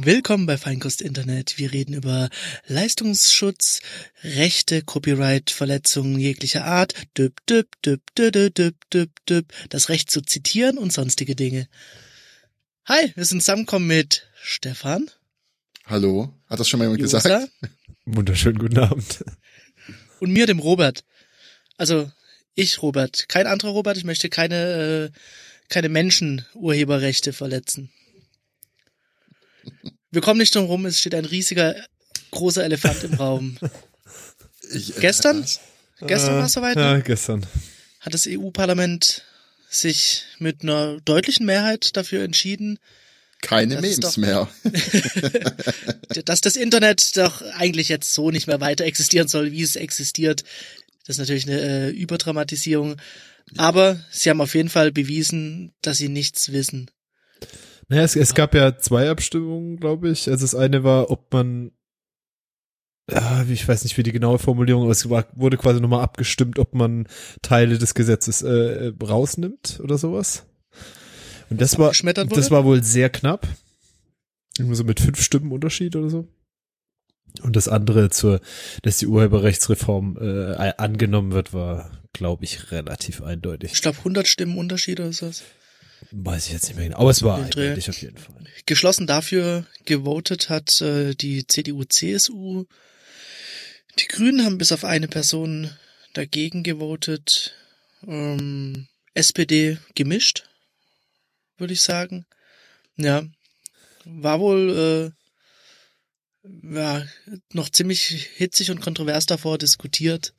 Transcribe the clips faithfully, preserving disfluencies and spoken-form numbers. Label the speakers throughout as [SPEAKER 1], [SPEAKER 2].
[SPEAKER 1] Willkommen bei Feinkost Internet. Wir reden über Leistungsschutz, Rechte, Copyright, Verletzungen jeglicher Art, düb, düb, düb, düb, düb, düb, düb, düb, das Recht zu zitieren und sonstige Dinge. Hi, wir sind zusammengekommen mit Stefan.
[SPEAKER 2] Hallo, hat das schon mal jemand
[SPEAKER 1] Josa,
[SPEAKER 2] gesagt?
[SPEAKER 3] Wunderschönen guten Abend.
[SPEAKER 1] Und mir, dem Robert. Also ich, Robert. Kein anderer Robert. Ich möchte keine, äh, keine Menschenurheberrechte verletzen. Wir kommen nicht drum rum, es steht ein riesiger, großer Elefant im Raum.
[SPEAKER 2] Ich, äh,
[SPEAKER 1] Gestern?
[SPEAKER 2] was?
[SPEAKER 1] Gestern
[SPEAKER 3] äh,
[SPEAKER 1] war es soweit?
[SPEAKER 3] Ja, gestern.
[SPEAKER 1] Hat das E U-Parlament sich mit einer deutlichen Mehrheit dafür entschieden,
[SPEAKER 2] Keine
[SPEAKER 1] Das ist
[SPEAKER 2] Memes
[SPEAKER 1] doch-
[SPEAKER 2] mehr.
[SPEAKER 1] dass das Internet doch eigentlich jetzt so nicht mehr weiter existieren soll, wie es existiert. Das ist natürlich eine äh, Überdramatisierung. Aber sie haben auf jeden Fall bewiesen, dass sie nichts wissen.
[SPEAKER 3] Naja, es, es gab ja zwei Abstimmungen, glaube ich. Also das eine war, ob man, ja, ich weiß nicht, wie die genaue Formulierung, aber es war, wurde quasi nochmal abgestimmt, ob man Teile des Gesetzes äh, rausnimmt oder sowas. Und das war,
[SPEAKER 1] Abgeschmettert wurde?
[SPEAKER 3] das war wohl sehr knapp. Irgendwie so mit fünf Stimmen Unterschied oder so. Und das andere zur, dass die Urheberrechtsreform äh, angenommen wird, war, glaube ich, relativ eindeutig.
[SPEAKER 1] Ich glaube hundert Stimmen Unterschied oder sowas.
[SPEAKER 3] Weiß ich jetzt nicht mehr genau. Aber es war
[SPEAKER 1] Den Dreh.
[SPEAKER 3] eindeutig auf jeden Fall.
[SPEAKER 1] Geschlossen dafür gewotet hat äh, die C D U, C S U. Die Grünen haben bis auf eine Person dagegen gewotet. Ähm, S P D gemischt, würde ich sagen. Ja, war wohl äh, ja, noch ziemlich hitzig und kontrovers davor diskutiert.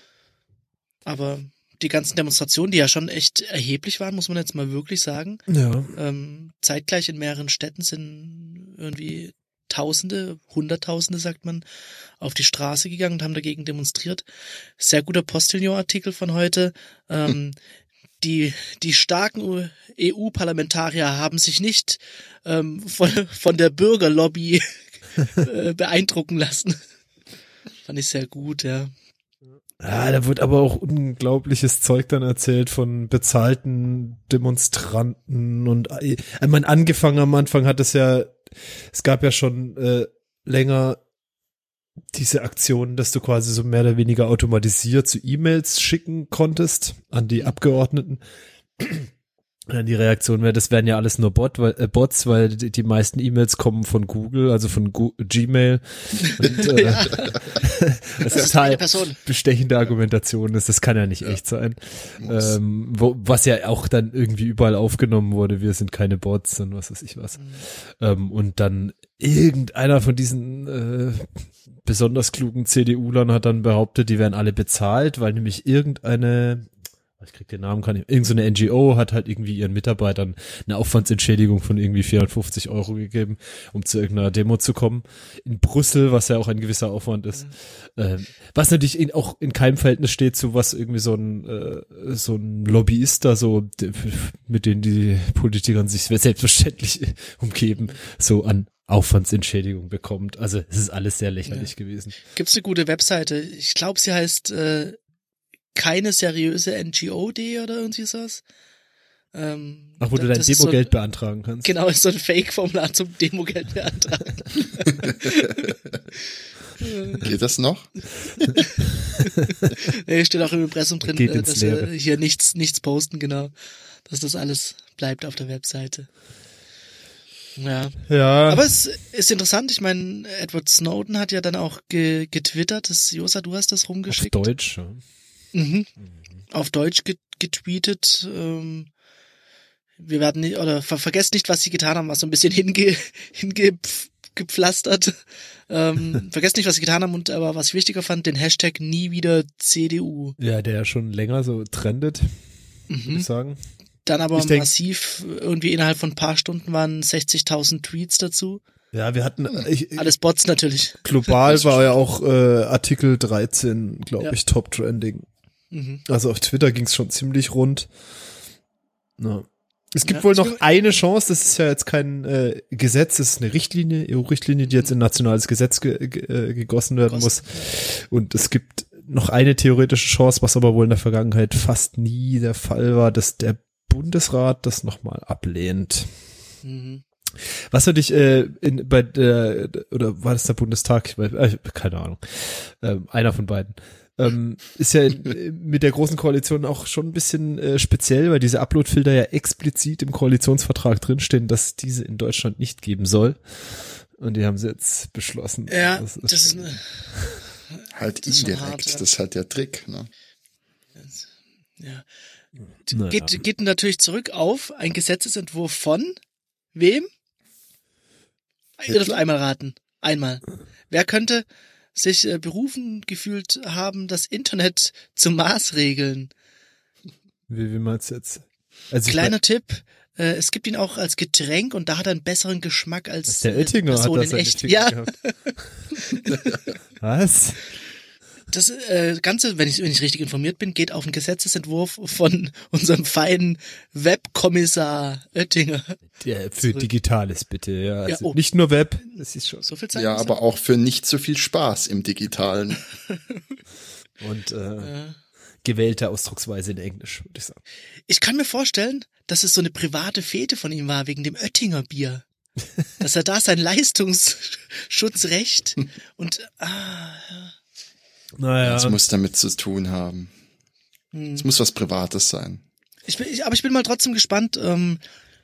[SPEAKER 1] Aber die ganzen Demonstrationen, die ja schon echt erheblich waren, muss man jetzt mal wirklich sagen.
[SPEAKER 3] Ja.
[SPEAKER 1] Ähm, zeitgleich in mehreren Städten sind irgendwie Tausende, Hunderttausende, sagt man, auf die Straße gegangen und haben dagegen demonstriert. Sehr guter Postillon-Artikel von heute. Ähm, die, die starken E U-Parlamentarier haben sich nicht ähm, von, von der Bürgerlobby äh, beeindrucken lassen. Fand ich sehr gut, ja.
[SPEAKER 3] Ja, da wird aber auch unglaubliches Zeug dann erzählt von bezahlten Demonstranten und ich meine, angefangen am Anfang hat es ja, es gab ja schon äh, länger diese Aktion, dass du quasi so mehr oder weniger automatisiert zu E-Mails schicken konntest an die Abgeordneten. Und dann die Reaktion wäre, das wären ja alles nur Bot, weil, äh, Bots, weil die, die meisten E-Mails kommen von Google, also von Go- Gmail. Und, äh,
[SPEAKER 1] Ja.
[SPEAKER 3] das,
[SPEAKER 1] Das
[SPEAKER 3] ist
[SPEAKER 1] ist eine
[SPEAKER 3] total
[SPEAKER 1] Person.
[SPEAKER 3] bestechende Argumentation ist, das kann ja nicht echt sein.
[SPEAKER 2] Muss.
[SPEAKER 3] Ähm, wo, was ja auch dann irgendwie überall aufgenommen wurde, wir sind keine Bots und was weiß ich was.
[SPEAKER 1] Mhm.
[SPEAKER 3] Ähm, und dann irgendeiner von diesen äh, besonders klugen C D U-Lern hat dann behauptet, die wären alle bezahlt, weil nämlich irgendeine, ich krieg den Namen, kann ich, irgend so eine N G O hat halt irgendwie ihren Mitarbeitern eine Aufwandsentschädigung von irgendwie vierhundertfünfzig Euro gegeben, um zu irgendeiner Demo zu kommen. In Brüssel, was ja auch ein gewisser Aufwand ist. Mhm. Ähm, was natürlich in, auch in keinem Verhältnis steht zu was irgendwie so ein, äh, so ein Lobbyist da so, d- mit denen die Politiker sich selbstverständlich umgeben, so an Aufwandsentschädigung bekommt. Also es ist alles sehr lächerlich
[SPEAKER 1] Ja.
[SPEAKER 3] gewesen.
[SPEAKER 1] Gibt's eine gute Webseite? Ich glaube, sie heißt äh, keine seriöse N G O punkt de oder irgendwie sowas. Ähm,
[SPEAKER 3] Ach, wo
[SPEAKER 1] da-
[SPEAKER 3] du dein
[SPEAKER 1] das ist so-
[SPEAKER 3] Demogeld beantragen kannst.
[SPEAKER 1] Genau, ist so ein Fake-Formular zum Demogeld beantragen.
[SPEAKER 2] Geht das noch?
[SPEAKER 1] Nee, steht auch im Impressum drin,
[SPEAKER 3] Geht
[SPEAKER 1] äh,
[SPEAKER 3] ins
[SPEAKER 1] dass wir
[SPEAKER 3] Leere.
[SPEAKER 1] hier nichts nichts posten, genau. Dass das alles bleibt auf der Webseite. Ja.
[SPEAKER 3] Ja.
[SPEAKER 1] Aber es ist interessant, ich meine, Edward Snowden hat ja dann auch ge getwittert, das, Josa, du hast das
[SPEAKER 3] auf
[SPEAKER 1] rumgeschickt.
[SPEAKER 3] Deutsch, ja.
[SPEAKER 1] Mhm. Auf Deutsch get getweetet. Ähm, wir werden nicht, oder ver vergesst nicht, was sie getan haben, was so ein bisschen hinge hingepflastert. Ähm, vergesst nicht, was sie getan haben, und aber was ich wichtiger fand, den Hashtag nie wieder C D U.
[SPEAKER 3] Ja, der ja schon länger so trendet, würde
[SPEAKER 1] Mhm.
[SPEAKER 3] ich sagen.
[SPEAKER 1] Dann aber
[SPEAKER 3] Ich denk-
[SPEAKER 1] massiv, irgendwie innerhalb von ein paar Stunden waren sechzigtausend Tweets dazu.
[SPEAKER 3] Ja, wir hatten, ich,
[SPEAKER 1] Alles Bots natürlich.
[SPEAKER 3] global war ja auch äh, Artikel dreizehn, glaube
[SPEAKER 1] Ja.
[SPEAKER 3] ich, Top Trending.
[SPEAKER 1] Mhm.
[SPEAKER 3] Also auf Twitter ging's schon ziemlich rund. Ja. Es gibt
[SPEAKER 1] Ja,
[SPEAKER 3] wohl
[SPEAKER 1] es
[SPEAKER 3] noch
[SPEAKER 1] gibt-
[SPEAKER 3] eine Chance, das ist ja jetzt kein äh, Gesetz, das ist eine Richtlinie, E U-Richtlinie, die jetzt in nationales Gesetz ge ge äh, gegossen werden muss. Und es gibt noch eine theoretische Chance, was aber wohl in der Vergangenheit fast nie der Fall war, dass der Bundesrat das nochmal ablehnt.
[SPEAKER 1] Mhm.
[SPEAKER 3] Was hatte ich äh, in, bei der, oder war das der Bundestag? Ich weiß, äh, keine Ahnung. Ähm, einer von beiden. Ähm, ist ja in, mit der großen Koalition auch schon ein bisschen äh, speziell, weil diese Uploadfilter ja explizit im Koalitionsvertrag drinstehen, dass es diese in Deutschland nicht geben soll. Und die haben sie jetzt beschlossen.
[SPEAKER 1] Ja, das ist, das ist eine,
[SPEAKER 2] halt das indirekt. Hart, ja. Das ist halt der Trick. Ne?
[SPEAKER 1] Das, ja. Naja. Geht, geht natürlich zurück auf ein Gesetzesentwurf von wem? Ihr dürft einmal raten. Einmal. Wer könnte sich äh, berufen gefühlt haben, das Internet zu maßregeln?
[SPEAKER 3] Wie, wie meinst du jetzt? Also
[SPEAKER 1] Kleiner Tipp. Äh, es gibt ihn auch als Getränk und da hat er einen besseren Geschmack als
[SPEAKER 3] der Oettinger
[SPEAKER 1] Person
[SPEAKER 3] hat das
[SPEAKER 1] in echt. Ja.
[SPEAKER 3] Was?
[SPEAKER 1] Das äh, Ganze, wenn ich, wenn ich richtig informiert bin, geht auf einen Gesetzesentwurf von unserem feinen Webkommissar Oettinger.
[SPEAKER 3] Der für zurück. Digitales bitte, ja. Also
[SPEAKER 1] ja oh.
[SPEAKER 3] Nicht nur Web, das ist schon.
[SPEAKER 1] So viel Zeit
[SPEAKER 2] ja, aber auch für nicht so viel Spaß im Digitalen.
[SPEAKER 3] Und äh, ja. gewählte Ausdrucksweise in Englisch, würde ich sagen.
[SPEAKER 1] Ich kann mir vorstellen, dass es so eine private Fete von ihm war, wegen dem Oettinger Bier. Dass er da sein Leistungsschutzrecht und ah, ja.
[SPEAKER 3] Naja.
[SPEAKER 2] Das muss damit zu tun haben. Es hm. muss was Privates sein.
[SPEAKER 1] Ich bin, ich, aber ich bin mal trotzdem gespannt. Ähm,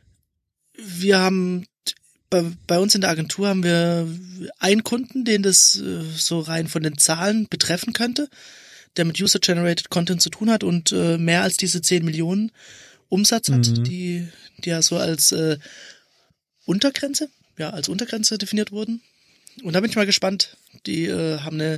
[SPEAKER 1] wir haben bei, bei uns in der Agentur haben wir einen Kunden, den das äh, so rein von den Zahlen betreffen könnte, der mit User-Generated Content zu tun hat und äh, mehr als diese zehn Millionen Umsatz hat, mhm. die, die ja so als äh, Untergrenze, ja, als Untergrenze definiert wurden. Und da bin ich mal gespannt. Die äh, haben eine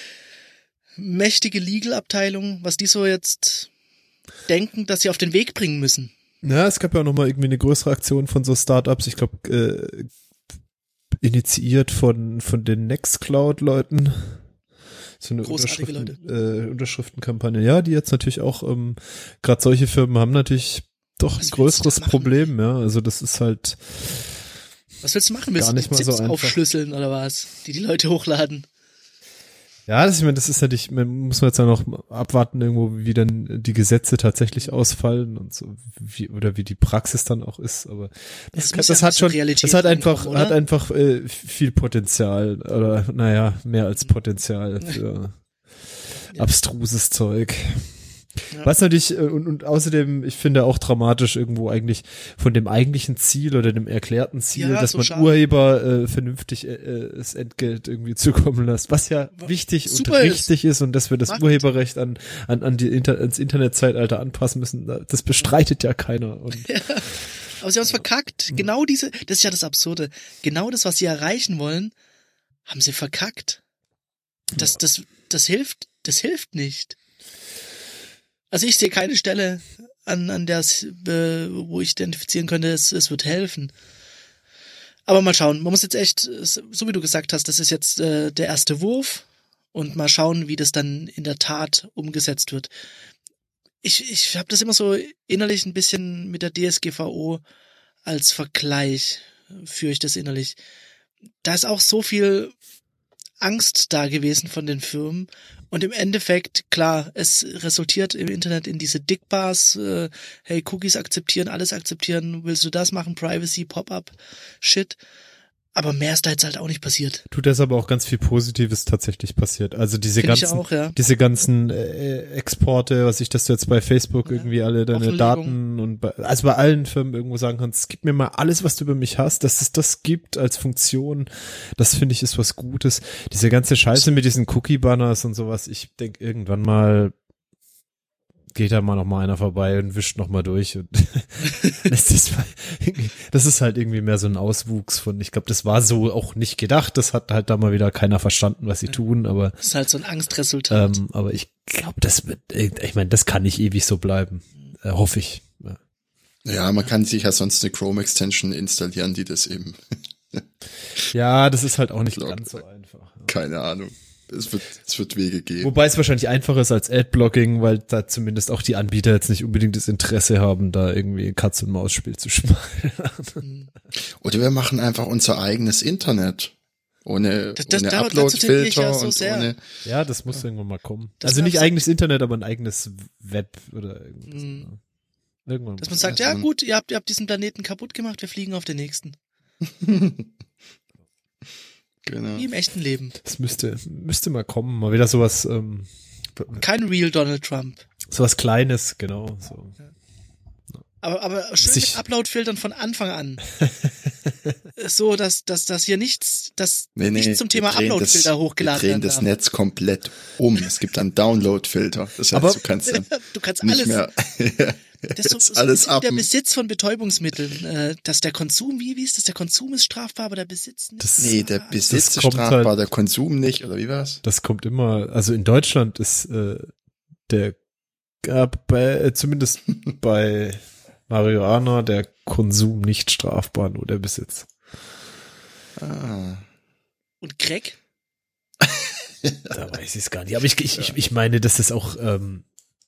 [SPEAKER 1] mächtige Legal-Abteilung, was die so jetzt denken, dass sie auf den Weg bringen müssen.
[SPEAKER 3] Ja, es gab ja auch nochmal irgendwie eine größere Aktion von so Startups, ich glaube, äh, initiiert von von den Nextcloud-Leuten. So eine
[SPEAKER 1] Großartige
[SPEAKER 3] Unterschriften, Leute. Äh, Unterschriftenkampagne. Ja, die jetzt natürlich auch, ähm, gerade solche Firmen haben natürlich doch was ein größeres Problem, ja. Also das ist halt.
[SPEAKER 1] Was willst du machen? Willst du nicht mal so aufschlüsseln oder was? Die die Leute hochladen?
[SPEAKER 3] Ja, das, ich meine, das ist natürlich, man muss man jetzt ja noch abwarten irgendwo, wie dann die Gesetze tatsächlich ausfallen und so, wie, oder wie die Praxis dann auch ist, aber das, das, das ja hat schon, das hat einfach, kommen, hat einfach äh, viel Potenzial, oder naja, mehr als Potenzial für ja. abstruses Zeug. Ja. Was natürlich, und, und außerdem, ich finde auch dramatisch irgendwo eigentlich von dem eigentlichen Ziel oder dem erklärten Ziel, ja, dass so man schade. Urheber äh, vernünftig äh, das Entgelt irgendwie zukommen lässt, was ja wichtig Super und richtig ist. ist und dass wir das Macht. Urheberrecht an, an, an die Inter- ans Internetzeitalter anpassen müssen, das bestreitet ja keiner. Und
[SPEAKER 1] ja. Aber sie haben es verkackt. Ja. Genau diese, das ist ja das Absurde, genau das, was sie erreichen wollen, haben sie verkackt. Das, ja. das, das hilft, das hilft nicht. Also ich sehe keine Stelle, an, an der es, äh, wo ich identifizieren könnte, es, es wird helfen. Aber mal schauen. Man muss jetzt echt, so wie du gesagt hast, das ist jetzt äh, der erste Wurf und mal schauen, wie das dann in der Tat umgesetzt wird. Ich, ich habe das immer so innerlich ein bisschen mit der D S G V O als Vergleich, führe ich das innerlich. Da ist auch so viel Angst da gewesen von den Firmen. Und im Endeffekt, klar, es resultiert im Internet in diese Dickbars, äh, hey, Cookies akzeptieren, alles akzeptieren, willst du das machen, Privacy, Pop-up, Shit. Aber mehr ist da jetzt halt auch nicht passiert.
[SPEAKER 3] Tut das aber auch ganz viel Positives tatsächlich passiert. Also diese
[SPEAKER 1] Find
[SPEAKER 3] ganzen,
[SPEAKER 1] ich auch, ja.
[SPEAKER 3] diese ganzen äh, Exporte, was ich, dass du jetzt bei Facebook ja, irgendwie alle deine Daten und bei, also bei allen Firmen irgendwo sagen kannst, gib mir mal alles, was du über mich hast, dass es das gibt als Funktion. Das finde ich ist was Gutes. Diese ganze Scheiße mit diesen Cookie-Banners und sowas. Ich denke irgendwann mal geht da mal noch mal einer vorbei und wischt noch mal durch und lässt das mal irgendwie, das ist halt irgendwie mehr so ein Auswuchs von, ich glaube, das war so auch nicht gedacht, das hat halt da mal wieder keiner verstanden, was sie ja. tun, aber
[SPEAKER 1] das ist halt so ein Angstresultat.
[SPEAKER 3] Ähm, aber ich glaube, das wird, ich meine, das kann nicht ewig so bleiben, äh, hoffe ich. Ja.
[SPEAKER 2] ja, man kann sich ja sonst eine Chrome-Extension installieren, die das eben
[SPEAKER 3] ja, das ist halt auch nicht
[SPEAKER 2] Blog.
[SPEAKER 3] ganz so einfach. Ja.
[SPEAKER 2] Keine Ahnung. Es wird, es wird Wege geben.
[SPEAKER 3] Wobei es wahrscheinlich einfacher ist als Adblocking, weil da zumindest auch die Anbieter jetzt nicht unbedingt das Interesse haben, da irgendwie ein Katz-und-Maus-Spiel zu spielen.
[SPEAKER 2] Oder wir machen einfach unser eigenes Internet. Ohne,
[SPEAKER 1] das, das,
[SPEAKER 2] ohne
[SPEAKER 1] da,
[SPEAKER 2] Upload-Filter
[SPEAKER 1] ja so
[SPEAKER 2] und
[SPEAKER 1] sehr.
[SPEAKER 2] ohne.
[SPEAKER 3] Ja, das muss ja. irgendwann mal kommen. Das also nicht eigenes Internet, aber ein eigenes Web oder irgendwas. Mhm.
[SPEAKER 1] Irgendwann. Dass man sagt, ja gut, ihr habt, ihr habt diesen Planeten kaputt gemacht, wir fliegen auf den nächsten.
[SPEAKER 2] Genau.
[SPEAKER 1] Wie im echten Leben.
[SPEAKER 3] Das müsste, müsste mal kommen, mal wieder sowas, ähm,
[SPEAKER 1] Kein Real Donald Trump.
[SPEAKER 3] sowas Kleines, genau, so.
[SPEAKER 1] Aber, aber schön
[SPEAKER 3] Sich-
[SPEAKER 1] mit Upload-Filtern von Anfang an. So, dass, dass, dass hier nichts, dass
[SPEAKER 2] Nee, nee,
[SPEAKER 1] nichts zum Thema
[SPEAKER 2] wir drehen
[SPEAKER 1] Upload-Filter
[SPEAKER 2] das,
[SPEAKER 1] hochgeladen
[SPEAKER 2] Wir drehen
[SPEAKER 1] werden
[SPEAKER 2] das
[SPEAKER 1] darf.
[SPEAKER 2] Netz komplett um. Es gibt einen Download-Filter. Das heißt,
[SPEAKER 3] Aber-
[SPEAKER 2] du kannst dann
[SPEAKER 1] Du kannst
[SPEAKER 2] nicht
[SPEAKER 1] alles,
[SPEAKER 2] mehr
[SPEAKER 1] das ist so, so
[SPEAKER 2] alles
[SPEAKER 1] ein
[SPEAKER 2] ab.
[SPEAKER 1] bisschen der Besitz von Betäubungsmitteln, äh, dass der Konsum, wie, wie ist das, der Konsum ist strafbar, aber der Besitz nicht.
[SPEAKER 3] Das-
[SPEAKER 2] Nee, der
[SPEAKER 1] Ah,
[SPEAKER 2] Besitz
[SPEAKER 3] das
[SPEAKER 2] ist
[SPEAKER 3] kommt
[SPEAKER 2] strafbar,
[SPEAKER 3] halt-
[SPEAKER 2] der Konsum nicht, oder wie war's?
[SPEAKER 3] Das kommt immer, also in Deutschland ist äh, der, äh, bei, äh, zumindest bei Marihuana der Konsum nicht strafbar, nur der Besitz.
[SPEAKER 2] Ah.
[SPEAKER 1] Und Crack?
[SPEAKER 3] Da weiß ich es gar nicht. Aber ich, ich, ich, ich meine, dass das auch, ähm,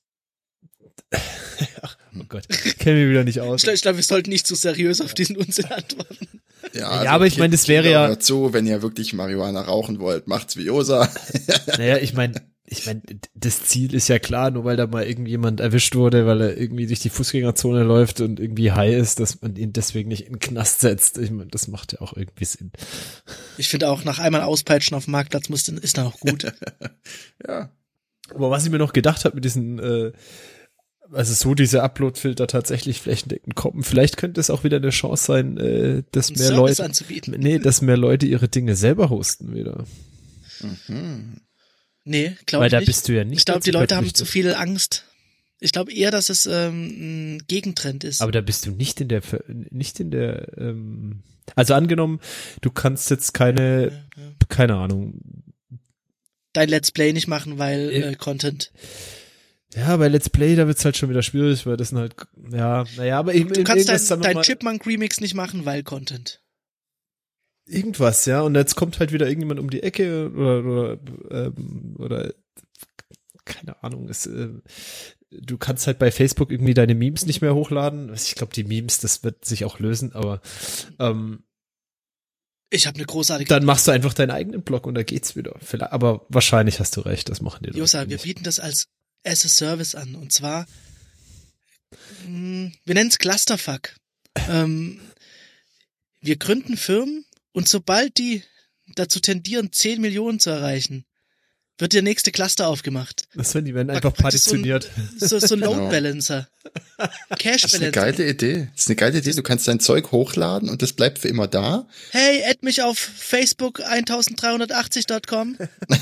[SPEAKER 3] ach, oh Gott, ich kenne mich wieder nicht aus.
[SPEAKER 1] Ich glaube, glaub, wir sollten nicht zu seriös auf diesen Unsinn antworten.
[SPEAKER 2] Ja,
[SPEAKER 3] Ja, aber ich meine, das wäre
[SPEAKER 2] Kinder,
[SPEAKER 3] ja-
[SPEAKER 2] hört zu, wenn ihr wirklich Marihuana rauchen wollt, macht's wie Osa.
[SPEAKER 3] Naja, ich meine, ich meine, das Ziel ist ja klar, nur weil da mal irgendjemand erwischt wurde, weil er irgendwie durch die Fußgängerzone läuft und irgendwie high ist, dass man ihn deswegen nicht in den Knast setzt. Ich meine, das macht ja auch irgendwie Sinn.
[SPEAKER 1] Ich finde auch, nach einmal Auspeitschen auf dem Marktplatz muss, ist dann auch gut.
[SPEAKER 2] Ja.
[SPEAKER 3] Aber was ich mir noch gedacht habe mit diesen, äh, also so diese Upload-Filter tatsächlich flächendeckend kommen, vielleicht könnte es auch wieder eine Chance sein, äh, dass
[SPEAKER 1] Einen
[SPEAKER 3] mehr
[SPEAKER 1] Service
[SPEAKER 3] Leute,
[SPEAKER 1] anzubieten.
[SPEAKER 3] nee, dass mehr Leute ihre Dinge selber hosten wieder.
[SPEAKER 2] Mhm.
[SPEAKER 1] Nee, glaube
[SPEAKER 3] Weil
[SPEAKER 1] ich
[SPEAKER 3] da
[SPEAKER 1] nicht.
[SPEAKER 3] bist du ja nicht.
[SPEAKER 1] Ich glaube, die
[SPEAKER 3] dazu
[SPEAKER 1] Leute haben
[SPEAKER 3] verpflichtet.
[SPEAKER 1] zu viel Angst. Ich glaube eher, dass es ähm, ein Gegentrend ist.
[SPEAKER 3] Aber da bist du nicht in der, Ver- nicht in der, ähm, also angenommen, du kannst jetzt keine,
[SPEAKER 1] Ja, ja.
[SPEAKER 3] keine Ahnung,
[SPEAKER 1] Dein Let's Play nicht machen, weil
[SPEAKER 3] Äh,
[SPEAKER 1] äh, Content.
[SPEAKER 3] ja, bei Let's Play, da wird's halt schon wieder schwierig, weil das sind halt, ja, naja, aber eben,
[SPEAKER 1] Du kannst dein,
[SPEAKER 3] sagen wir
[SPEAKER 1] dein
[SPEAKER 3] mal,
[SPEAKER 1] Chipmunk-Remix nicht machen, weil Content.
[SPEAKER 3] irgendwas, ja, und jetzt kommt halt wieder irgendjemand um die Ecke oder, oder, ähm, oder keine Ahnung, es, äh, du kannst halt bei Facebook irgendwie deine Memes nicht mehr hochladen. Ich glaube, die Memes, das wird sich auch lösen, aber ähm,
[SPEAKER 1] Ich habe eine großartige.
[SPEAKER 3] dann machst du einfach deinen eigenen Blog und da geht's wieder. Vielleicht, aber wahrscheinlich hast du recht, das machen die Leute
[SPEAKER 1] Josa, wir
[SPEAKER 3] nicht.
[SPEAKER 1] bieten das als as a Service an. Und zwar, mh, wir nennen es Clusterfuck. ähm, wir gründen Firmen und sobald die dazu tendieren, zehn Millionen zu erreichen, wird der nächste Cluster aufgemacht.
[SPEAKER 3] Das werden die werden einfach
[SPEAKER 1] Praktisch so ein-
[SPEAKER 3] partitioniert.
[SPEAKER 1] So, so ein Load
[SPEAKER 2] Genau.
[SPEAKER 1] Balancer. Cash
[SPEAKER 2] Das ist eine
[SPEAKER 1] Balancer.
[SPEAKER 2] geile Idee. Das ist eine geile Idee. Du kannst dein Zeug hochladen und das bleibt für immer da.
[SPEAKER 1] Hey, add mich auf Facebook eintausenddreihundertachtzig Punkt com.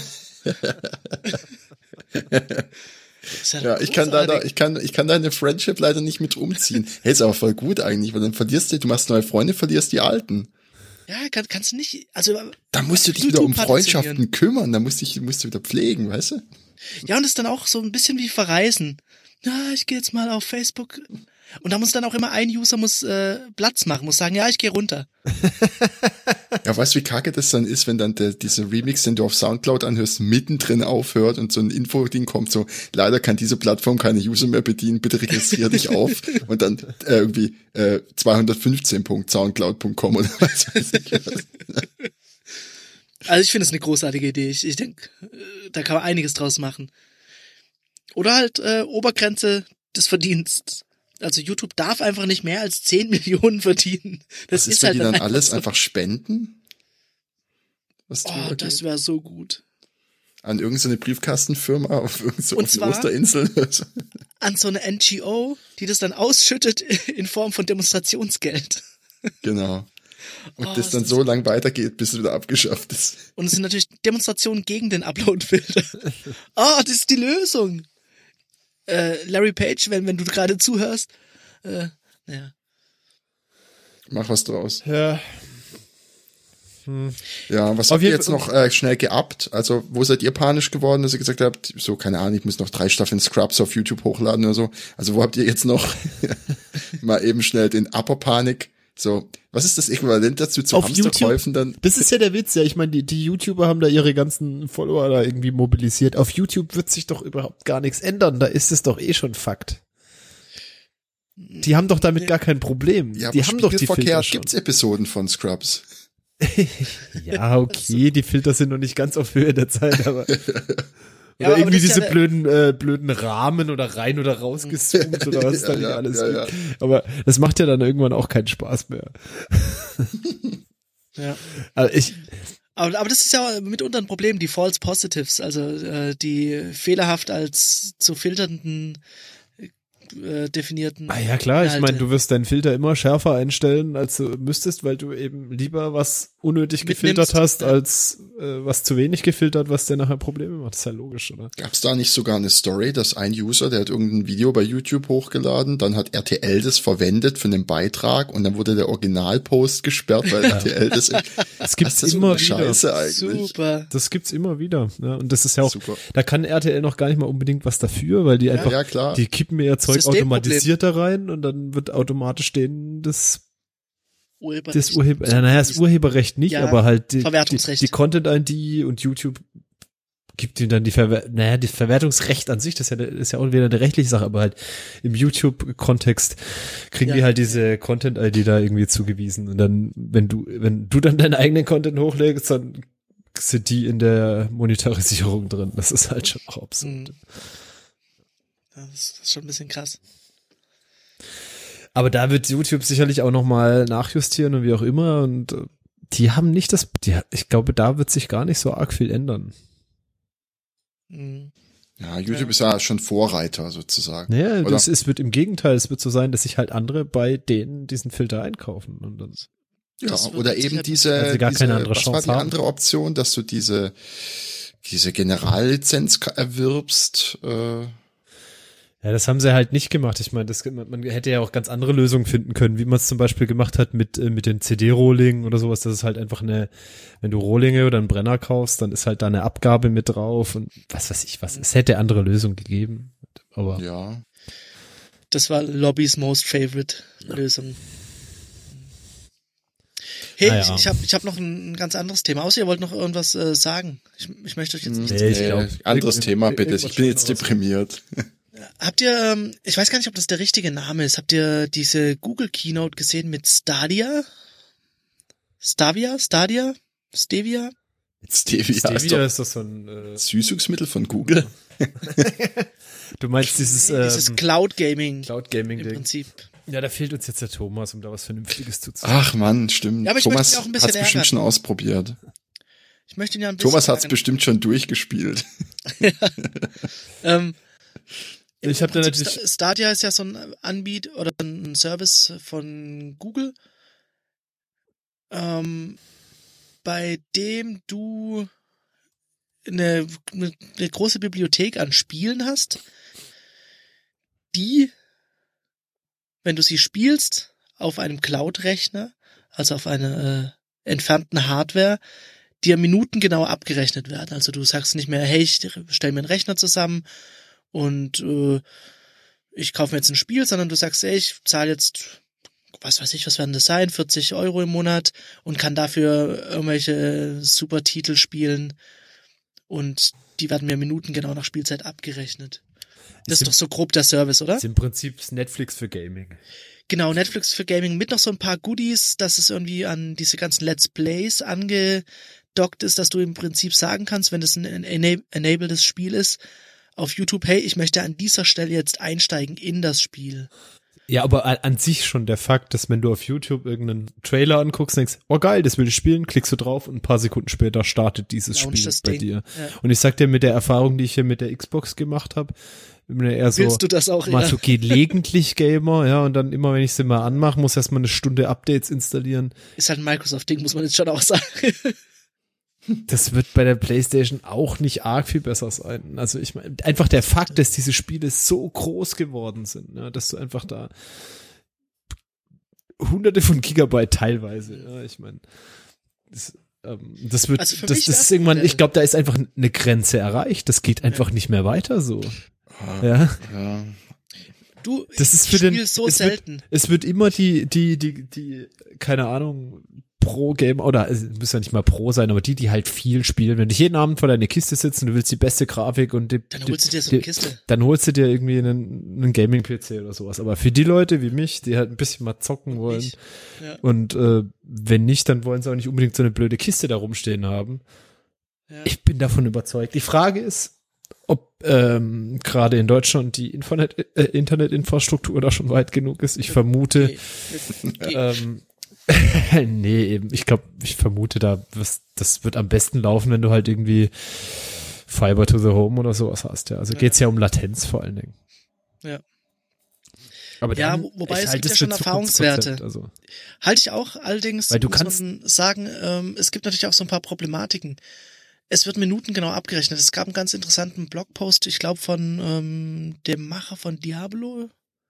[SPEAKER 2] Ja, ich kann leider, ich kann, ich kann deine Friendship leider nicht mit umziehen. Hey, ist aber voll gut eigentlich, weil dann verlierst du, du machst neue Freunde, verlierst die alten.
[SPEAKER 1] Ja, kann, kannst du nicht, also.
[SPEAKER 2] Da musst du dich
[SPEAKER 1] YouTube
[SPEAKER 2] wieder um
[SPEAKER 1] partizipierten.
[SPEAKER 2] Freundschaften kümmern, da musst du dich, musst du wieder pflegen, weißt du?
[SPEAKER 1] Ja, und das ist dann auch so ein bisschen wie Verreisen. Ja, ich gehe jetzt mal auf Facebook. Und da muss dann auch immer ein User muss äh, Platz machen, muss sagen, ja, ich gehe runter.
[SPEAKER 2] Ja, weißt du, wie kacke das dann ist, wenn dann der, dieser Remix, den du auf Soundcloud anhörst, mittendrin aufhört und so ein Info-Ding kommt, so, leider kann diese Plattform keine User mehr bedienen, bitte registrier dich auf und dann äh, irgendwie äh, zweihundertfünfzehn punkt soundcloud punkt com oder was weiß ich was.
[SPEAKER 1] Also ich finde es eine großartige Idee. Ich, ich denke, äh, da kann man einiges draus machen. Oder halt äh, Obergrenze des Verdienstes. Also YouTube darf einfach nicht mehr als zehn Millionen verdienen. Das
[SPEAKER 2] Was ist,
[SPEAKER 1] ist
[SPEAKER 2] wenn
[SPEAKER 1] halt
[SPEAKER 2] die dann
[SPEAKER 1] einfach
[SPEAKER 2] alles
[SPEAKER 1] so.
[SPEAKER 2] einfach spenden? Was
[SPEAKER 1] Oh,
[SPEAKER 2] drüber
[SPEAKER 1] das
[SPEAKER 2] geht?
[SPEAKER 1] wäre so gut.
[SPEAKER 2] An irgendeine Briefkastenfirma auf irgendeine
[SPEAKER 1] Und
[SPEAKER 2] auf die
[SPEAKER 1] zwar-
[SPEAKER 2] Osterinsel.
[SPEAKER 1] An so eine N G O, die das dann ausschüttet in Form von Demonstrationsgeld.
[SPEAKER 2] Genau. Und
[SPEAKER 1] Oh,
[SPEAKER 2] das dann
[SPEAKER 1] das
[SPEAKER 2] so lang weitergeht, bis es wieder abgeschafft ist.
[SPEAKER 1] Und es sind natürlich Demonstrationen gegen den Upload-Filter. Ah, das ist die Lösung. Äh, Larry Page, wenn, wenn du gerade zuhörst. Äh, ja.
[SPEAKER 2] Mach was draus.
[SPEAKER 3] Ja.
[SPEAKER 2] Ja, was
[SPEAKER 3] Auf
[SPEAKER 2] habt ihr
[SPEAKER 3] jeden
[SPEAKER 2] jetzt
[SPEAKER 3] Fall-
[SPEAKER 2] noch äh, schnell geappt? Also, wo seid ihr panisch geworden, dass ihr gesagt habt, so, keine Ahnung, ich muss noch drei Staffeln Scrubs auf YouTube hochladen oder so. Also, wo habt ihr jetzt noch mal eben schnell den Upper Panik? So, was ist das Äquivalent dazu zu
[SPEAKER 3] Auf
[SPEAKER 2] Hamsterkäufen dann?
[SPEAKER 3] Das ist ja der Witz, ja. Ich meine, die, die YouTuber haben da ihre ganzen Follower da irgendwie mobilisiert. Auf YouTube wird sich doch überhaupt gar nichts ändern. Da ist es doch eh schon Fakt. Die haben doch damit gar kein Problem.
[SPEAKER 2] Ja,
[SPEAKER 3] die
[SPEAKER 2] aber
[SPEAKER 3] haben doch die Filter
[SPEAKER 2] spiegelverkehrt
[SPEAKER 3] schon.
[SPEAKER 2] gibt's Episoden von Scrubs.
[SPEAKER 3] Ja, okay, die Filter sind noch nicht ganz auf Höhe der Zeit, aber
[SPEAKER 1] Ja,
[SPEAKER 3] oder
[SPEAKER 1] aber
[SPEAKER 3] irgendwie
[SPEAKER 1] das ist
[SPEAKER 3] diese
[SPEAKER 1] ja eine-
[SPEAKER 3] blöden äh, blöden Rahmen oder rein oder rausgezoomt oder was
[SPEAKER 2] Ja,
[SPEAKER 3] da nicht
[SPEAKER 2] ja,
[SPEAKER 3] alles
[SPEAKER 2] ja,
[SPEAKER 3] gibt.
[SPEAKER 2] ja.
[SPEAKER 3] Aber das macht ja dann irgendwann auch keinen Spaß mehr.
[SPEAKER 1] Ja.
[SPEAKER 3] Also ich,
[SPEAKER 1] Aber, aber das ist ja mitunter ein Problem, die False Positives, also äh, die fehlerhaft als zu filternden äh, definierten
[SPEAKER 3] ah ja klar,
[SPEAKER 1] Inhalte.
[SPEAKER 3] ich meine, du wirst deinen Filter immer schärfer einstellen, als du müsstest, weil du eben lieber was unnötig gefiltert
[SPEAKER 1] Mitnimmst,
[SPEAKER 3] hast,
[SPEAKER 1] ja.
[SPEAKER 3] als äh, was zu wenig gefiltert, was dir nachher Probleme macht. Das ist ja logisch, oder?
[SPEAKER 2] Gab's da nicht sogar eine Story, dass ein User, der hat irgendein Video bei YouTube hochgeladen, dann hat R T L das verwendet für einen Beitrag und dann wurde der Originalpost gesperrt, weil R T L das...
[SPEAKER 3] Das gibt's
[SPEAKER 2] Was ist das
[SPEAKER 3] immer
[SPEAKER 2] für
[SPEAKER 3] wieder.
[SPEAKER 2] eine Scheiße eigentlich?
[SPEAKER 1] Super.
[SPEAKER 3] Das gibt's immer wieder. Ja, und das ist ja auch,
[SPEAKER 2] Super.
[SPEAKER 3] da kann R T L noch gar nicht mal unbedingt was dafür, weil die einfach,
[SPEAKER 2] Ja, klar.
[SPEAKER 3] die kippen mir ihr Zeug
[SPEAKER 1] Systemproblem.
[SPEAKER 3] automatisiert da rein und dann wird automatisch denen das
[SPEAKER 1] Urheberrecht.
[SPEAKER 3] Das Urheber, ja, naja, das Urheberrecht nicht,
[SPEAKER 1] Ja,
[SPEAKER 3] aber halt die, die,
[SPEAKER 1] Verwertungsrecht.
[SPEAKER 3] die Content-I D und YouTube gibt ihnen dann die Verwer naja, das Verwertungsrecht an sich, das ist ja, ist ja auch wieder eine rechtliche Sache, aber halt im YouTube-Kontext kriegen
[SPEAKER 1] Ja.
[SPEAKER 3] die halt diese Content-I D da irgendwie zugewiesen und dann, wenn du, wenn du dann deinen eigenen Content hochlegst, dann sind die in der Monetarisierung drin. Das ist halt schon auch absurd.
[SPEAKER 1] Mhm. Ja, das ist schon ein bisschen krass.
[SPEAKER 3] Aber da wird YouTube sicherlich auch nochmal nachjustieren und wie auch immer und äh, die haben nicht das, die, ich glaube, da wird sich gar nicht so arg viel ändern.
[SPEAKER 1] Mhm.
[SPEAKER 2] Ja, YouTube ist ja schon Vorreiter sozusagen.
[SPEAKER 3] Naja,
[SPEAKER 2] Oder?
[SPEAKER 3] das, es wird im Gegenteil, es wird so sein, dass sich halt andere bei denen diesen Filter einkaufen und dann
[SPEAKER 2] Ja,
[SPEAKER 1] Das wird
[SPEAKER 2] oder
[SPEAKER 1] mit
[SPEAKER 2] eben
[SPEAKER 1] Sicherheit
[SPEAKER 2] diese,
[SPEAKER 3] Weil sie gar
[SPEAKER 2] diese
[SPEAKER 3] keine andere
[SPEAKER 2] was war
[SPEAKER 3] Chance
[SPEAKER 2] die
[SPEAKER 3] haben.
[SPEAKER 2] andere Option, dass du diese, diese Generallizenz ka- erwirbst, äh,
[SPEAKER 3] ja, das haben sie halt nicht gemacht. Ich meine, das, man, man hätte ja auch ganz andere Lösungen finden können, wie man es zum Beispiel gemacht hat mit äh, mit den C D-Rohlingen oder sowas. Das ist halt einfach eine, wenn du Rohlinge oder einen Brenner kaufst, dann ist halt da eine Abgabe mit drauf und was weiß ich was. Es hätte andere Lösungen gegeben, aber
[SPEAKER 2] ja.
[SPEAKER 1] Das war Lobbys most favorite Lösung. Hey,
[SPEAKER 3] Ah,
[SPEAKER 1] ich,
[SPEAKER 3] ja.
[SPEAKER 1] ich habe ich hab noch ein, ein ganz anderes Thema. Außer ihr wollt noch irgendwas äh, sagen. Ich, ich möchte euch jetzt nicht.
[SPEAKER 3] Nee, ich
[SPEAKER 2] Nee,
[SPEAKER 3] glaub,
[SPEAKER 2] anderes
[SPEAKER 3] irgend-
[SPEAKER 2] Thema bitte.
[SPEAKER 3] irgendwas
[SPEAKER 2] Ich bin jetzt
[SPEAKER 3] Schöneres.
[SPEAKER 2] deprimiert.
[SPEAKER 1] Habt ihr, ähm, ich weiß gar nicht, ob das der richtige Name ist. Habt ihr diese Google Keynote gesehen mit Stadia? Stavia? Stadia? Stevia?
[SPEAKER 2] Stevia ist
[SPEAKER 3] Stevia
[SPEAKER 2] doch
[SPEAKER 3] ist doch so ein äh,
[SPEAKER 2] Süßungsmittel von Google.
[SPEAKER 3] du meinst dieses,
[SPEAKER 1] Nee, dieses
[SPEAKER 3] ähm,
[SPEAKER 1] Cloud Gaming
[SPEAKER 3] Cloud Gaming
[SPEAKER 1] im
[SPEAKER 3] Ding.
[SPEAKER 1] Prinzip.
[SPEAKER 3] Ja, da fehlt uns jetzt der Thomas, um da was Vernünftiges zu sagen.
[SPEAKER 2] Ach Mann, stimmt.
[SPEAKER 1] Ja, aber ich möchte
[SPEAKER 2] Thomas
[SPEAKER 1] ihn auch ein bisschen
[SPEAKER 2] hat's bestimmt
[SPEAKER 1] ärgern.
[SPEAKER 2] schon ausprobiert.
[SPEAKER 1] Ich möchte ihn ja ein bisschen
[SPEAKER 2] Thomas hat's
[SPEAKER 1] ärgern.
[SPEAKER 2] bestimmt schon durchgespielt.
[SPEAKER 1] Ähm, im
[SPEAKER 3] Ich hab da
[SPEAKER 1] Prinzip
[SPEAKER 3] natürlich-
[SPEAKER 1] Sta- Stadia ist ja so ein Anbieter oder ein Service von Google, ähm, bei dem du eine, eine, eine große Bibliothek an Spielen hast, die, wenn du sie spielst, auf einem Cloud-Rechner, also auf einer äh, entfernten Hardware, dir minutengenau abgerechnet werden. Also du sagst nicht mehr, hey, ich stell mir einen Rechner zusammen und äh, ich kaufe mir jetzt ein Spiel, sondern du sagst, ey, ich zahle jetzt, was weiß ich, was werden das sein, vierzig Euro im Monat und kann dafür irgendwelche super Titel spielen und die werden mir minutengenau nach Spielzeit abgerechnet. Das ist doch so grob der Service, oder?
[SPEAKER 3] ist im Prinzip Netflix für Gaming.
[SPEAKER 1] Genau, Netflix für Gaming mit noch so ein paar Goodies, dass es irgendwie an diese ganzen Let's Plays angedockt ist, dass du im Prinzip sagen kannst, wenn das ein ena- enabledes Spiel ist, auf YouTube, hey, ich möchte an dieser Stelle jetzt einsteigen in das Spiel.
[SPEAKER 3] Ja, aber an, an sich schon der Fakt, dass wenn du auf YouTube irgendeinen Trailer anguckst, denkst, oh geil, das will ich spielen, klickst du drauf und ein paar Sekunden später startet dieses
[SPEAKER 1] Launch
[SPEAKER 3] Spiel
[SPEAKER 1] das
[SPEAKER 3] bei
[SPEAKER 1] Ding.
[SPEAKER 3] dir.
[SPEAKER 1] Ja.
[SPEAKER 3] Und ich sag dir, mit der Erfahrung, die ich hier mit der Xbox gemacht habe, bin ich eher so,
[SPEAKER 1] Willst du das auch
[SPEAKER 3] mal
[SPEAKER 1] eher?
[SPEAKER 3] so gelegentlich Gamer, ja, und dann immer, wenn ich sie mal anmache, muss erstmal eine Stunde Updates installieren.
[SPEAKER 1] Ist halt ein Microsoft-Ding, muss man jetzt schon auch sagen.
[SPEAKER 3] Das wird bei der PlayStation auch nicht arg viel besser sein. Also ich meine, einfach der Fakt, dass diese Spiele so groß geworden sind, ja, dass du einfach da hunderte von Gigabyte teilweise, ja, ich meine, das, ähm, das wird,
[SPEAKER 1] Also für
[SPEAKER 3] das,
[SPEAKER 1] mich
[SPEAKER 3] das
[SPEAKER 1] wär's
[SPEAKER 3] ist irgendwann,
[SPEAKER 1] eine-
[SPEAKER 3] ich glaube, da ist einfach eine Grenze erreicht. Das geht einfach nicht mehr weiter so. Ja.
[SPEAKER 2] Ja.
[SPEAKER 1] Du,
[SPEAKER 3] Das ist
[SPEAKER 1] ich
[SPEAKER 3] für den,
[SPEAKER 1] spiel so
[SPEAKER 3] es
[SPEAKER 1] selten.
[SPEAKER 3] Wird, es wird immer die, die, die, die, keine Ahnung, Pro-Gamer, oder es muss ja nicht mal Pro sein, aber die, die halt viel spielen. Wenn dich jeden Abend vor deiner Kiste sitzt und du willst die beste Grafik und die,
[SPEAKER 1] Dann holst du dir so
[SPEAKER 3] die,
[SPEAKER 1] eine Kiste.
[SPEAKER 3] dann holst du dir irgendwie einen, einen Gaming-P C oder sowas. Aber für die Leute wie mich, die halt ein bisschen mal zocken wollen
[SPEAKER 1] Ich. Ja.
[SPEAKER 3] und äh, wenn nicht, dann wollen sie auch nicht unbedingt so eine blöde Kiste da rumstehen haben.
[SPEAKER 1] Ja.
[SPEAKER 3] Ich bin davon überzeugt. Die Frage ist, ob ähm, gerade in Deutschland die Internet, äh, Internetinfrastruktur da schon weit genug ist. Ich vermute,
[SPEAKER 1] Okay. Okay.
[SPEAKER 3] ähm, Nee, eben. Ich glaube, ich vermute da, was, das wird am besten laufen, wenn du halt irgendwie Fiber to the Home oder sowas hast. Ja. Also
[SPEAKER 1] Ja.
[SPEAKER 3] geht's ja um Latenz vor allen Dingen.
[SPEAKER 1] Ja.
[SPEAKER 3] Aber
[SPEAKER 1] Ja,
[SPEAKER 3] dann,
[SPEAKER 1] wo- wobei
[SPEAKER 3] ich
[SPEAKER 1] es
[SPEAKER 3] halte
[SPEAKER 1] gibt ja
[SPEAKER 3] es
[SPEAKER 1] schon
[SPEAKER 3] für
[SPEAKER 1] Erfahrungswerte.
[SPEAKER 3] Zukunftskonzept, Also.
[SPEAKER 1] Halte ich auch, allerdings
[SPEAKER 3] Weil du
[SPEAKER 1] muss
[SPEAKER 3] kannst-
[SPEAKER 1] man sagen, ähm, es gibt natürlich auch so ein paar Problematiken. Es wird minutengenau abgerechnet. Es gab einen ganz interessanten Blogpost, ich glaube von ähm, dem Macher von Diablo.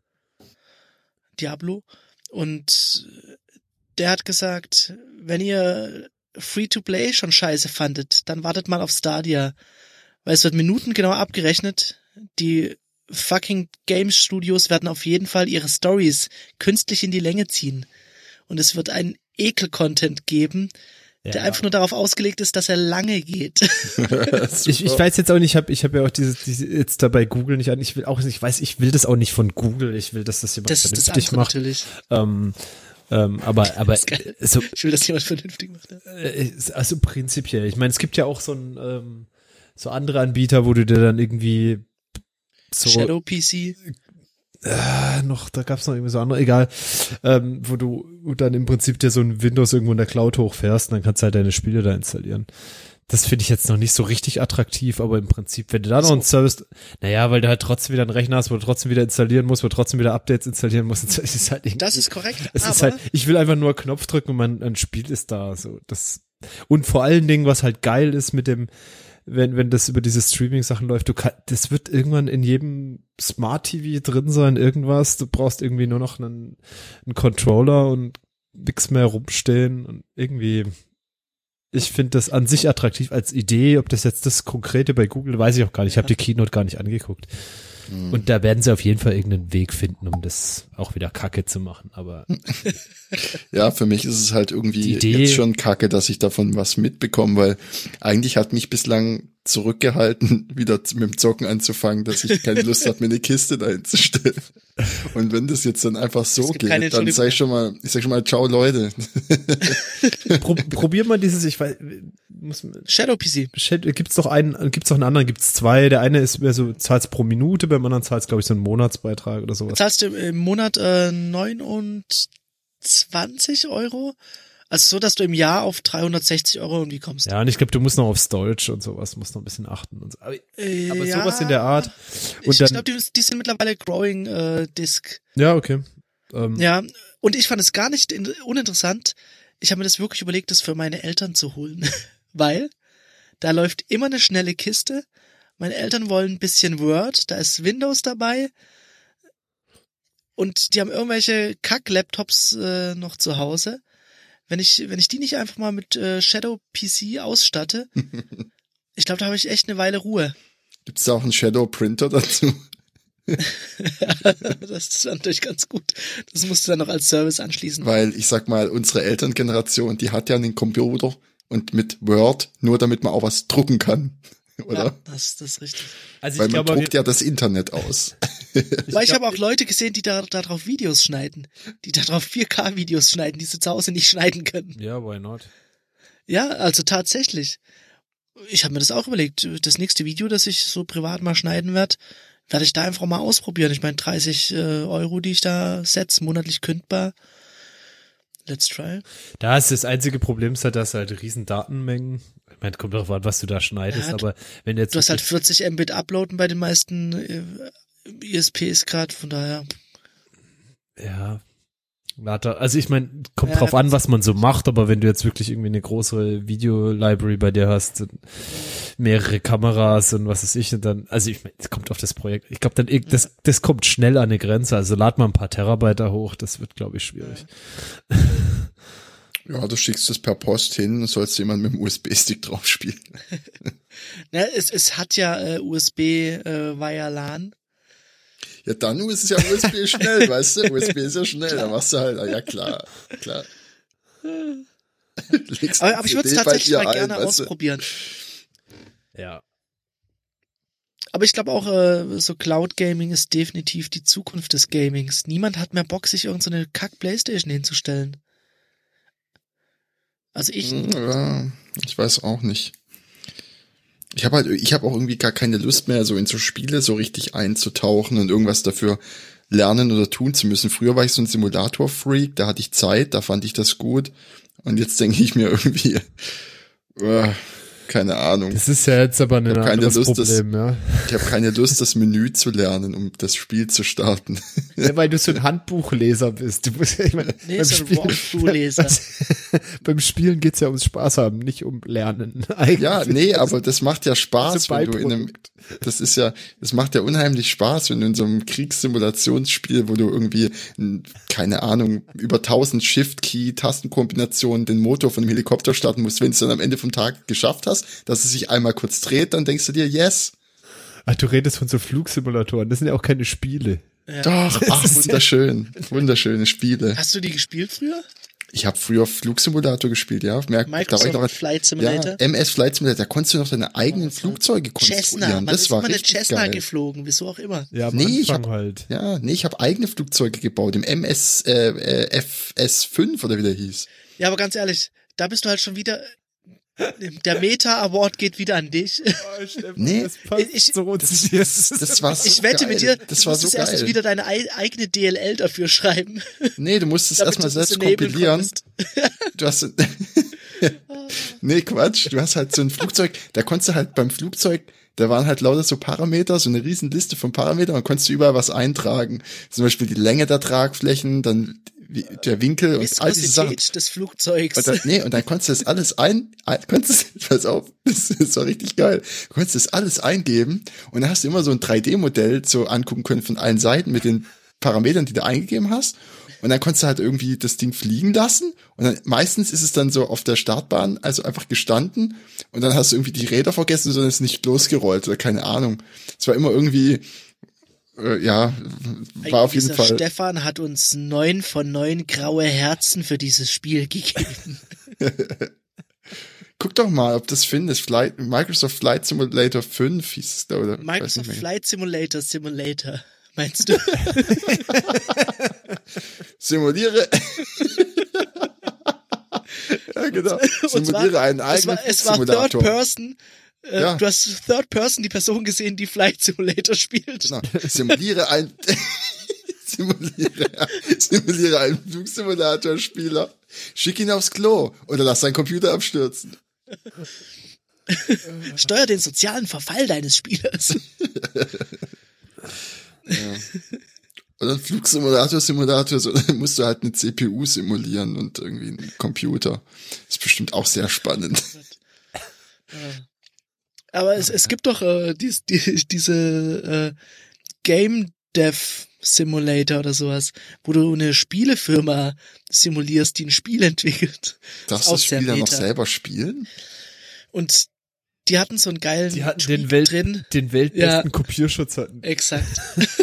[SPEAKER 1] Diablo. Und der hat gesagt, wenn ihr Free-to-Play schon scheiße fandet, dann wartet mal auf Stadia. Weil es wird minutengenau abgerechnet. Die fucking Game-Studios werden auf jeden Fall ihre Stories künstlich in die Länge ziehen. Und es wird einen Ekel-Content geben, der
[SPEAKER 3] Ja.
[SPEAKER 1] einfach nur darauf ausgelegt ist, dass er lange geht.
[SPEAKER 3] Ich, ich weiß jetzt auch nicht, ich habe ich hab ja auch diese, diese jetzt da bei Google nicht an, ich will auch nicht, ich weiß, ich will das auch nicht von Google, ich will, dass das jemand
[SPEAKER 1] Das ist das
[SPEAKER 3] vernünftig
[SPEAKER 1] andere
[SPEAKER 3] macht.
[SPEAKER 1] natürlich.
[SPEAKER 3] Ähm, ähm, aber aber
[SPEAKER 1] Das ist geil.
[SPEAKER 3] so,
[SPEAKER 1] Ich will, dass jemand vernünftig macht. Ja.
[SPEAKER 3] äh, also prinzipiell, ich meine, es gibt ja auch so ein ähm, so andere Anbieter, wo du dir dann irgendwie so
[SPEAKER 1] Shadow P C.
[SPEAKER 3] äh, noch, da gab's noch irgendwie so andere, egal, ähm, wo du dann im Prinzip dir so ein Windows irgendwo in der Cloud hochfährst und dann kannst du halt deine Spiele da installieren. Das finde ich jetzt noch nicht so richtig attraktiv, aber im Prinzip, wenn du da noch einen Service, naja, weil du halt trotzdem wieder einen Rechner hast, wo du trotzdem wieder installieren musst, wo du trotzdem wieder Updates installieren musst, es ist halt irgendwie,
[SPEAKER 1] Das ist korrekt.
[SPEAKER 3] es
[SPEAKER 1] aber
[SPEAKER 3] ist halt, ich will einfach nur einen Knopf drücken und mein, ein Spiel ist da, so, das, und vor allen Dingen, was halt geil ist mit dem, wenn, wenn das über diese Streaming-Sachen läuft, du kann, das wird irgendwann in jedem Smart-T V drin sein, irgendwas, du brauchst irgendwie nur noch einen, einen Controller und nix mehr rumstehen und irgendwie, ich finde das an sich attraktiv als Idee, ob das jetzt das Konkrete bei Google, weiß ich auch gar nicht, ich habe die Keynote gar nicht angeguckt. Und da werden sie auf jeden Fall irgendeinen Weg finden, um das auch wieder Kacke zu machen, aber
[SPEAKER 2] Ja, für mich ist es halt irgendwie
[SPEAKER 3] Die Idee-
[SPEAKER 2] jetzt schon Kacke, dass ich davon was mitbekomme, weil eigentlich hat mich bislang zurückgehalten, wieder mit dem Zocken anzufangen, dass ich keine Lust habe, mir eine Kiste dahin zu stellen. Und wenn das jetzt dann einfach so
[SPEAKER 1] gibt keine
[SPEAKER 2] geht, dann sag ich schon mal, ich sag schon mal, ciao Leute.
[SPEAKER 3] Pro, probier mal dieses, ich weiß, muss,
[SPEAKER 1] Shadow P C.
[SPEAKER 3] gibt's doch einen, gibt's doch einen anderen, gibt's zwei. Der eine ist mehr so, zahlst pro Minute, beim anderen zahlst, glaube ich, so einen Monatsbeitrag oder sowas.
[SPEAKER 1] Zahlst du im Monat äh, neunundzwanzig Euro? Also so, dass du im Jahr auf dreihundertsechzig Euro irgendwie kommst.
[SPEAKER 3] Ja, und ich glaube, du musst noch auf Storage und sowas, musst noch ein bisschen achten und so. Aber,
[SPEAKER 1] Äh,
[SPEAKER 3] aber
[SPEAKER 1] ja.
[SPEAKER 3] sowas in der Art. Und
[SPEAKER 1] Ich
[SPEAKER 3] dann,
[SPEAKER 1] glaube, die, die sind mittlerweile Growing äh, Disc.
[SPEAKER 3] ja, okay. Ähm,
[SPEAKER 1] Ja, und ich fand es gar nicht in, uninteressant. Ich habe mir das wirklich überlegt, das für meine Eltern zu holen. Weil da läuft immer eine schnelle Kiste. Meine Eltern wollen ein bisschen Word, da ist Windows dabei. Und die haben irgendwelche Kack-Laptops äh, noch zu Hause. Wenn ich, wenn ich die nicht einfach mal mit äh, Shadow P C ausstatte, ich glaube, da habe ich echt eine Weile Ruhe.
[SPEAKER 2] Gibt's da auch einen Shadow Printer dazu?
[SPEAKER 1] das, das wäre natürlich ganz gut. Das musst du dann noch als Service anschließen.
[SPEAKER 2] Weil ich sag mal, unsere Elterngeneration, die hat ja einen Computer und mit Word, nur damit man auch was drucken kann. Oder?
[SPEAKER 1] Ja, das, das ist richtig.
[SPEAKER 3] also
[SPEAKER 2] Weil
[SPEAKER 3] ich
[SPEAKER 2] man
[SPEAKER 3] glaube,
[SPEAKER 2] druckt ja das Internet aus.
[SPEAKER 1] Weil ich habe auch Leute gesehen, die da, da drauf Videos schneiden. Die da drauf vier K Videos schneiden, die sie zu Hause nicht schneiden können.
[SPEAKER 3] ja, why not?
[SPEAKER 1] Ja, also tatsächlich. Ich habe mir das auch überlegt. Das nächste Video, das ich so privat mal schneiden werde, werde ich da einfach mal ausprobieren. Ich meine, dreißig äh, Euro, die ich da setze, monatlich kündbar. Let's try.
[SPEAKER 3] Da ist das einzige Problem, ist halt, dass halt riesen Datenmengen, ich meine, kommt drauf an, was du da schneidest,
[SPEAKER 1] Ja,
[SPEAKER 3] aber wenn du jetzt
[SPEAKER 1] Du hast halt
[SPEAKER 3] wirklich-
[SPEAKER 1] vierzig Mbit uploaden bei den meisten äh, I S Ps gerade, von daher.
[SPEAKER 3] ja, warte, also ich meine, kommt
[SPEAKER 1] Ja,
[SPEAKER 3] drauf
[SPEAKER 1] da
[SPEAKER 3] an, was man so macht, aber wenn du jetzt wirklich irgendwie eine große Video-Library bei dir hast, und mehrere Kameras und was weiß ich, und dann, also ich meine, es kommt auf das Projekt, ich glaube dann, irg- das, das kommt schnell an eine Grenze, also lad mal ein paar Terabyte da hoch, das wird, glaube ich, schwierig.
[SPEAKER 2] Ja, du schickst es per Post hin und sollst jemand mit dem U S B-Stick drauf spielen.
[SPEAKER 1] Na, es, es hat ja äh, U S B äh, via LAN.
[SPEAKER 2] Ja, dann ist es ja U S B schnell, weißt du? U S B ist ja schnell, da machst du halt, ah, ja klar, klar. Legst
[SPEAKER 1] Aber,
[SPEAKER 2] die
[SPEAKER 1] aber ich würde es
[SPEAKER 2] C D bei
[SPEAKER 1] tatsächlich
[SPEAKER 2] dir
[SPEAKER 1] mal
[SPEAKER 2] ein,
[SPEAKER 1] gerne
[SPEAKER 2] weißt du?
[SPEAKER 1] ausprobieren.
[SPEAKER 3] Ja.
[SPEAKER 1] Aber ich glaube auch, äh, so Cloud Gaming ist definitiv die Zukunft des Gamings. Niemand hat mehr Bock, sich irgendeine so kack Playstation hinzustellen. Also ich,
[SPEAKER 2] Ja, ich weiß auch nicht. Ich habe halt, ich habe auch irgendwie gar keine Lust mehr, so in so Spiele so richtig einzutauchen und irgendwas dafür lernen oder tun zu müssen. Früher war ich so ein Simulator-Freak, da hatte ich Zeit, da fand ich das gut. Und jetzt denke ich mir irgendwie, uh, keine Ahnung.
[SPEAKER 3] Das ist ja jetzt aber ein anderes
[SPEAKER 2] Lust,
[SPEAKER 3] Problem,
[SPEAKER 2] das,
[SPEAKER 3] ja.
[SPEAKER 2] Ich habe keine Lust, das Menü zu lernen, um das Spiel zu starten.
[SPEAKER 3] Ja, weil du so ein Handbuchleser bist. Du musst, ich meine,
[SPEAKER 1] Nee,
[SPEAKER 3] beim,
[SPEAKER 1] so ein
[SPEAKER 3] Spielen,
[SPEAKER 1] Walkthrough-Leser.
[SPEAKER 3] beim Spielen geht's ja ums Spaß haben, nicht um Lernen. Eigentlich.
[SPEAKER 2] Ja, nee, aber das macht ja Spaß,
[SPEAKER 3] So
[SPEAKER 2] wenn du in einem, das ist ja, das macht ja unheimlich Spaß, wenn du in so einem Kriegssimulationsspiel, wo du irgendwie, keine Ahnung, über tausend Shift-Key-Tastenkombinationen den Motor von einem Helikopter starten musst, wenn du es dann am Ende vom Tag geschafft hast, dass es sich einmal kurz dreht, dann denkst du dir, yes.
[SPEAKER 3] Ach, du redest von so Flugsimulatoren, das sind ja auch keine Spiele.
[SPEAKER 1] Ja.
[SPEAKER 2] Doch, ach, wunderschön, wunderschöne Spiele.
[SPEAKER 1] Hast du die gespielt früher?
[SPEAKER 2] Ich habe früher Flugsimulator gespielt, ja. Merk,
[SPEAKER 1] Microsoft
[SPEAKER 2] da war ich noch,
[SPEAKER 1] Flight Simulator?
[SPEAKER 2] Ja, M S Flight Simulator, da konntest du noch deine eigenen Flugzeuge konstruieren.
[SPEAKER 1] Cessna, man
[SPEAKER 2] das
[SPEAKER 1] ist
[SPEAKER 2] war
[SPEAKER 1] immer eine
[SPEAKER 2] richtig
[SPEAKER 1] Cessna
[SPEAKER 2] geil.
[SPEAKER 1] geflogen, wieso auch immer.
[SPEAKER 3] Ja, am
[SPEAKER 2] Nee, ich
[SPEAKER 3] Anfang
[SPEAKER 2] hab-
[SPEAKER 3] halt.
[SPEAKER 2] Ja, nee, ich habe eigene Flugzeuge gebaut, im M S äh, äh, F S fünf oder wie der hieß.
[SPEAKER 1] Ja, aber ganz ehrlich, da bist du halt schon wieder, der Meta-Award geht wieder an dich.
[SPEAKER 2] Nee,
[SPEAKER 3] das passt
[SPEAKER 1] ich-
[SPEAKER 3] so zu dir.
[SPEAKER 2] Das war so
[SPEAKER 1] Ich wette
[SPEAKER 2] geil.
[SPEAKER 1] mit dir,
[SPEAKER 2] das
[SPEAKER 1] du
[SPEAKER 2] war
[SPEAKER 1] musst
[SPEAKER 2] so
[SPEAKER 1] jetzt erst
[SPEAKER 2] geil.
[SPEAKER 1] wieder deine ei- eigene D L L dafür schreiben.
[SPEAKER 2] Nee, du musst es
[SPEAKER 1] damit
[SPEAKER 2] erstmal
[SPEAKER 1] du das
[SPEAKER 2] selbst
[SPEAKER 1] enablen
[SPEAKER 2] kompilieren.
[SPEAKER 1] konntest.
[SPEAKER 2] Du hast Nee, Quatsch, du hast halt so ein Flugzeug, da konntest du halt beim Flugzeug, da waren halt lauter so Parameter, so eine riesen Liste von Parametern, und konntest du überall was eintragen. Zum Beispiel die Länge der Tragflächen, dann wie- der Winkel und all diese Sachen.
[SPEAKER 1] Viskosität des Flugzeugs.
[SPEAKER 2] Und dann, nee, und dann konntest du das alles ein, ein konntest, pass auf, das, das war richtig geil. Du konntest das alles eingeben und dann hast du immer so ein drei D-Modell so angucken können von allen Seiten mit den Parametern, die du eingegeben hast. Und dann konntest du halt irgendwie das Ding fliegen lassen. Und dann meistens ist es dann so auf der Startbahn, also einfach gestanden. Und dann hast du irgendwie die Räder vergessen, sondern es ist nicht losgerollt oder keine Ahnung. Es war immer irgendwie, äh, ja, war auf jeden
[SPEAKER 1] Dieser
[SPEAKER 2] Fall.
[SPEAKER 1] Stefan hat uns neun von neun graue Herzen für dieses Spiel gegeben.
[SPEAKER 2] Guck doch mal, ob das findest. Flight, Microsoft Flight Simulator fünf hieß es da, oder?
[SPEAKER 1] Microsoft
[SPEAKER 2] Weiß nicht mehr.
[SPEAKER 1] Flight Simulator Simulator. Meinst du?
[SPEAKER 2] Simuliere. Ja, genau.
[SPEAKER 1] Und
[SPEAKER 2] Simuliere
[SPEAKER 1] zwar,
[SPEAKER 2] einen
[SPEAKER 1] es
[SPEAKER 2] eigenen
[SPEAKER 1] war, es war Third
[SPEAKER 2] Simulator.
[SPEAKER 1] Person. Äh,
[SPEAKER 2] Ja.
[SPEAKER 1] Du hast Third Person die Person gesehen, die Flight Simulator spielt.
[SPEAKER 2] Genau. Simuliere ein, simuliere, simuliere einen Flugsimulator-Spieler. Schick ihn aufs Klo oder lass deinen Computer abstürzen.
[SPEAKER 1] Steuer den sozialen Verfall deines Spielers.
[SPEAKER 2] Oder ein Flugsimulator, Simulator, so, dann musst du halt eine C P U simulieren und irgendwie einen Computer. Ist bestimmt auch sehr spannend.
[SPEAKER 1] Aber es, es gibt doch äh, dies, die, diese äh, Game Dev Simulator oder sowas, wo du eine Spielefirma simulierst, die ein Spiel entwickelt.
[SPEAKER 2] Darfst
[SPEAKER 1] Auch
[SPEAKER 2] du das
[SPEAKER 1] sehr
[SPEAKER 2] Spiel dann noch
[SPEAKER 1] meta.
[SPEAKER 2] selber spielen?
[SPEAKER 1] Und die hatten so einen geilen
[SPEAKER 3] Die hatten
[SPEAKER 1] Tweak
[SPEAKER 3] den, Welt,
[SPEAKER 1] drin.
[SPEAKER 3] den weltbesten
[SPEAKER 1] Ja.
[SPEAKER 3] Kopierschutz hatten.
[SPEAKER 1] Exakt.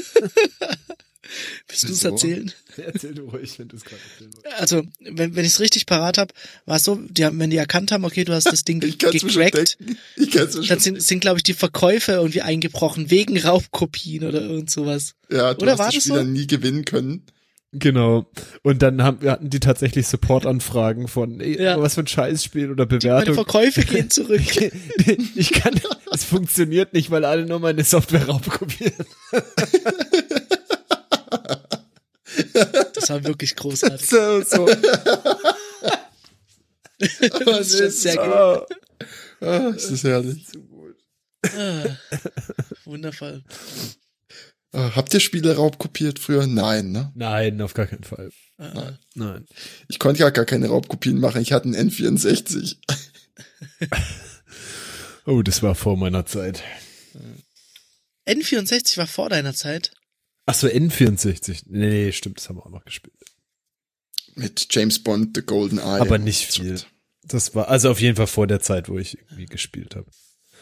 [SPEAKER 1] Willst du es
[SPEAKER 2] Wieso?
[SPEAKER 1] erzählen?
[SPEAKER 3] Erzähl du ruhig, wenn du es gerade erzählen wolltest.
[SPEAKER 1] Also, wenn, wenn ich es richtig parat habe, war es so, die haben, wenn die erkannt haben, okay, du hast das Ding
[SPEAKER 2] Ich kann's mir schon
[SPEAKER 1] gecrackt,
[SPEAKER 2] denken. Ich kann's mir
[SPEAKER 1] dann
[SPEAKER 2] schon
[SPEAKER 1] sind, sind glaube ich, die Verkäufe irgendwie eingebrochen, wegen Raubkopien oder irgend sowas.
[SPEAKER 2] Ja, du
[SPEAKER 1] Oder
[SPEAKER 2] hast
[SPEAKER 1] war
[SPEAKER 2] das
[SPEAKER 1] das
[SPEAKER 2] Spiel
[SPEAKER 1] so?
[SPEAKER 2] dann nie gewinnen können.
[SPEAKER 3] Genau. Und dann haben, hatten die tatsächlich Supportanfragen von, ey,
[SPEAKER 1] Ja.
[SPEAKER 3] was für ein Scheißspiel oder
[SPEAKER 1] Meine
[SPEAKER 3] Bewertung.
[SPEAKER 1] Verkäufe gehen zurück.
[SPEAKER 3] Ich kann, es funktioniert nicht, weil alle nur meine Software raubkopieren.
[SPEAKER 1] Das war wirklich großartig.
[SPEAKER 3] So, so.
[SPEAKER 1] Das ist schon sehr gut.
[SPEAKER 3] Ah,
[SPEAKER 2] Ah, das ist herrlich.
[SPEAKER 1] Ah, wundervoll.
[SPEAKER 2] Ah, habt ihr Spiele raubkopiert früher? Nein, ne?
[SPEAKER 3] Nein, auf gar keinen Fall.
[SPEAKER 1] Ah,
[SPEAKER 3] Nein.
[SPEAKER 2] Ich konnte ja gar keine Raubkopien machen. Ich hatte einen N vierundsechzig.
[SPEAKER 3] Oh, das war vor meiner Zeit.
[SPEAKER 1] N vierundsechzig war vor deiner Zeit.
[SPEAKER 3] Ach so, N vierundsechzig. Nee, nee, stimmt, das haben wir auch noch gespielt.
[SPEAKER 2] Mit James Bond, The Golden Eye.
[SPEAKER 3] Aber nicht viel. Das war also auf jeden Fall vor der Zeit, wo ich irgendwie gespielt habe.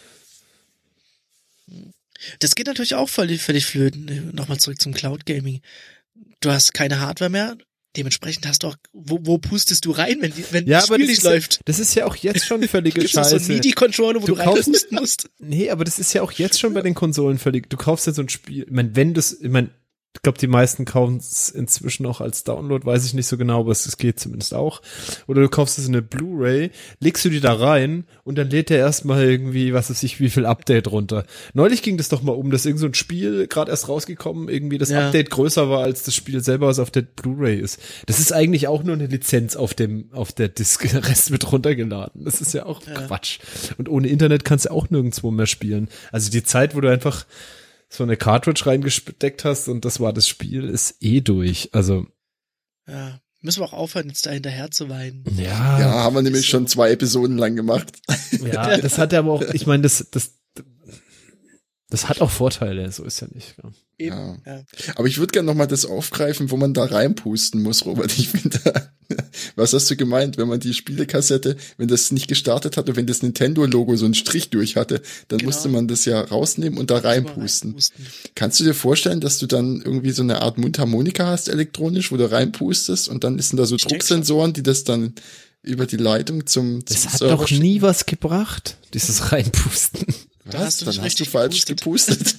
[SPEAKER 1] Das geht natürlich auch völlig, völlig flöten. Nochmal zurück zum Cloud Gaming. Du hast keine Hardware mehr. Dementsprechend hast du auch, wo, wo pustest du rein, wenn, die, wenn
[SPEAKER 3] Ja,
[SPEAKER 1] das
[SPEAKER 3] aber
[SPEAKER 1] Spiel
[SPEAKER 3] das
[SPEAKER 1] nicht
[SPEAKER 3] ist ja,
[SPEAKER 1] läuft?
[SPEAKER 3] das ist ja auch jetzt schon völlige
[SPEAKER 1] Gibt's noch so einen
[SPEAKER 3] Scheiße.
[SPEAKER 1] MIDI-Controller, wo du,
[SPEAKER 3] Du kaufst-
[SPEAKER 1] reinpusten musst?
[SPEAKER 3] Nee, aber das ist ja auch jetzt schon bei den Konsolen völlig. Du kaufst ja so ein Spiel. Ich meine, wenn das, ich meine, Ich glaube, die meisten kaufen es inzwischen auch als Download, weiß ich nicht so genau, aber es, es geht zumindest auch. Oder du kaufst es in eine Blu-ray, legst du die da rein und dann lädt der erstmal irgendwie, was weiß ich, wie viel Update runter. Neulich ging das doch mal um, dass irgend so ein Spiel gerade erst rausgekommen, irgendwie das ja. Update größer war als das Spiel selber, was auf der Blu-ray ist. Das ist eigentlich auch nur eine Lizenz auf dem auf der Disk, der Rest wird runtergeladen. Das ist ja auch ja. Quatsch. Und ohne Internet kannst du auch nirgendwo mehr spielen. Also die Zeit, wo du einfach so eine Cartridge reingesteckt hast und das war das Spiel, ist eh durch. Also
[SPEAKER 1] ja, müssen wir auch aufhören, jetzt da hinterher zu weinen.
[SPEAKER 3] Ja,
[SPEAKER 2] ja, haben wir nämlich so. schon zwei Episoden lang gemacht.
[SPEAKER 3] Ja, das hat ja aber auch, ich meine, das, das, das hat auch Vorteile, so ist ja nicht. Ja.
[SPEAKER 1] Eben,
[SPEAKER 2] ja.
[SPEAKER 1] Ja.
[SPEAKER 2] Aber ich würde gerne nochmal das aufgreifen, wo man da reinpusten muss, Robert. Ich finde, was hast du gemeint, wenn man die Spielekassette, wenn das nicht gestartet hat und wenn das Nintendo-Logo so einen Strich durch hatte, dann genau. musste man das ja rausnehmen und da reinpusten. reinpusten. Kannst du dir vorstellen, dass du dann irgendwie so eine Art Mundharmonika hast elektronisch, wo du reinpustest und dann ist da so ich Drucksensoren, die das dann über die Leitung zum, zum
[SPEAKER 3] Das hat Server doch schicken? nie was gebracht, dieses Reinpusten.
[SPEAKER 2] Was? Da hast du dann hast du falsch gepustet.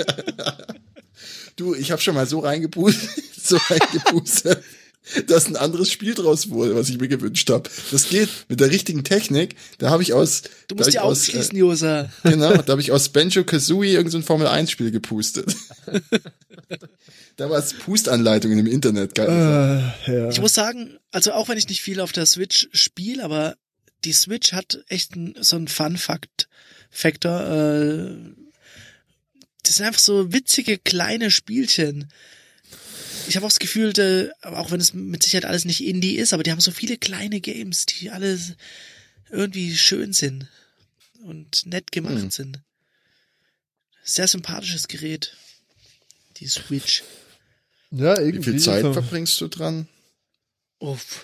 [SPEAKER 2] Du, ich habe schon mal so reingepustet, so reingepustet, dass ein anderes Spiel draus wurde, was ich mir gewünscht habe. Das geht mit der richtigen Technik. Da habe ich aus
[SPEAKER 1] Du musst die ausschließen, äh, Josa.
[SPEAKER 2] Genau, da habe ich aus Banjo-Kazooie irgendein so Formel eins Spiel gepustet. Da war es Pustanleitungen im Internet, geil.
[SPEAKER 1] Uh, ja. Ich muss sagen, also auch wenn ich nicht viel auf der Switch spiele, aber die Switch hat echt einen, so einen Fun-Faktor. Äh, das sind einfach so witzige kleine Spielchen. Ich habe auch das Gefühl, äh, auch wenn es mit Sicherheit alles nicht Indie ist, aber die haben so viele kleine Games, die alle irgendwie schön sind und nett gemacht hm. sind. Sehr sympathisches Gerät, die Switch.
[SPEAKER 3] Ja, irgendwie.
[SPEAKER 2] Wie viel Zeit so. verbringst du dran?
[SPEAKER 1] Uff.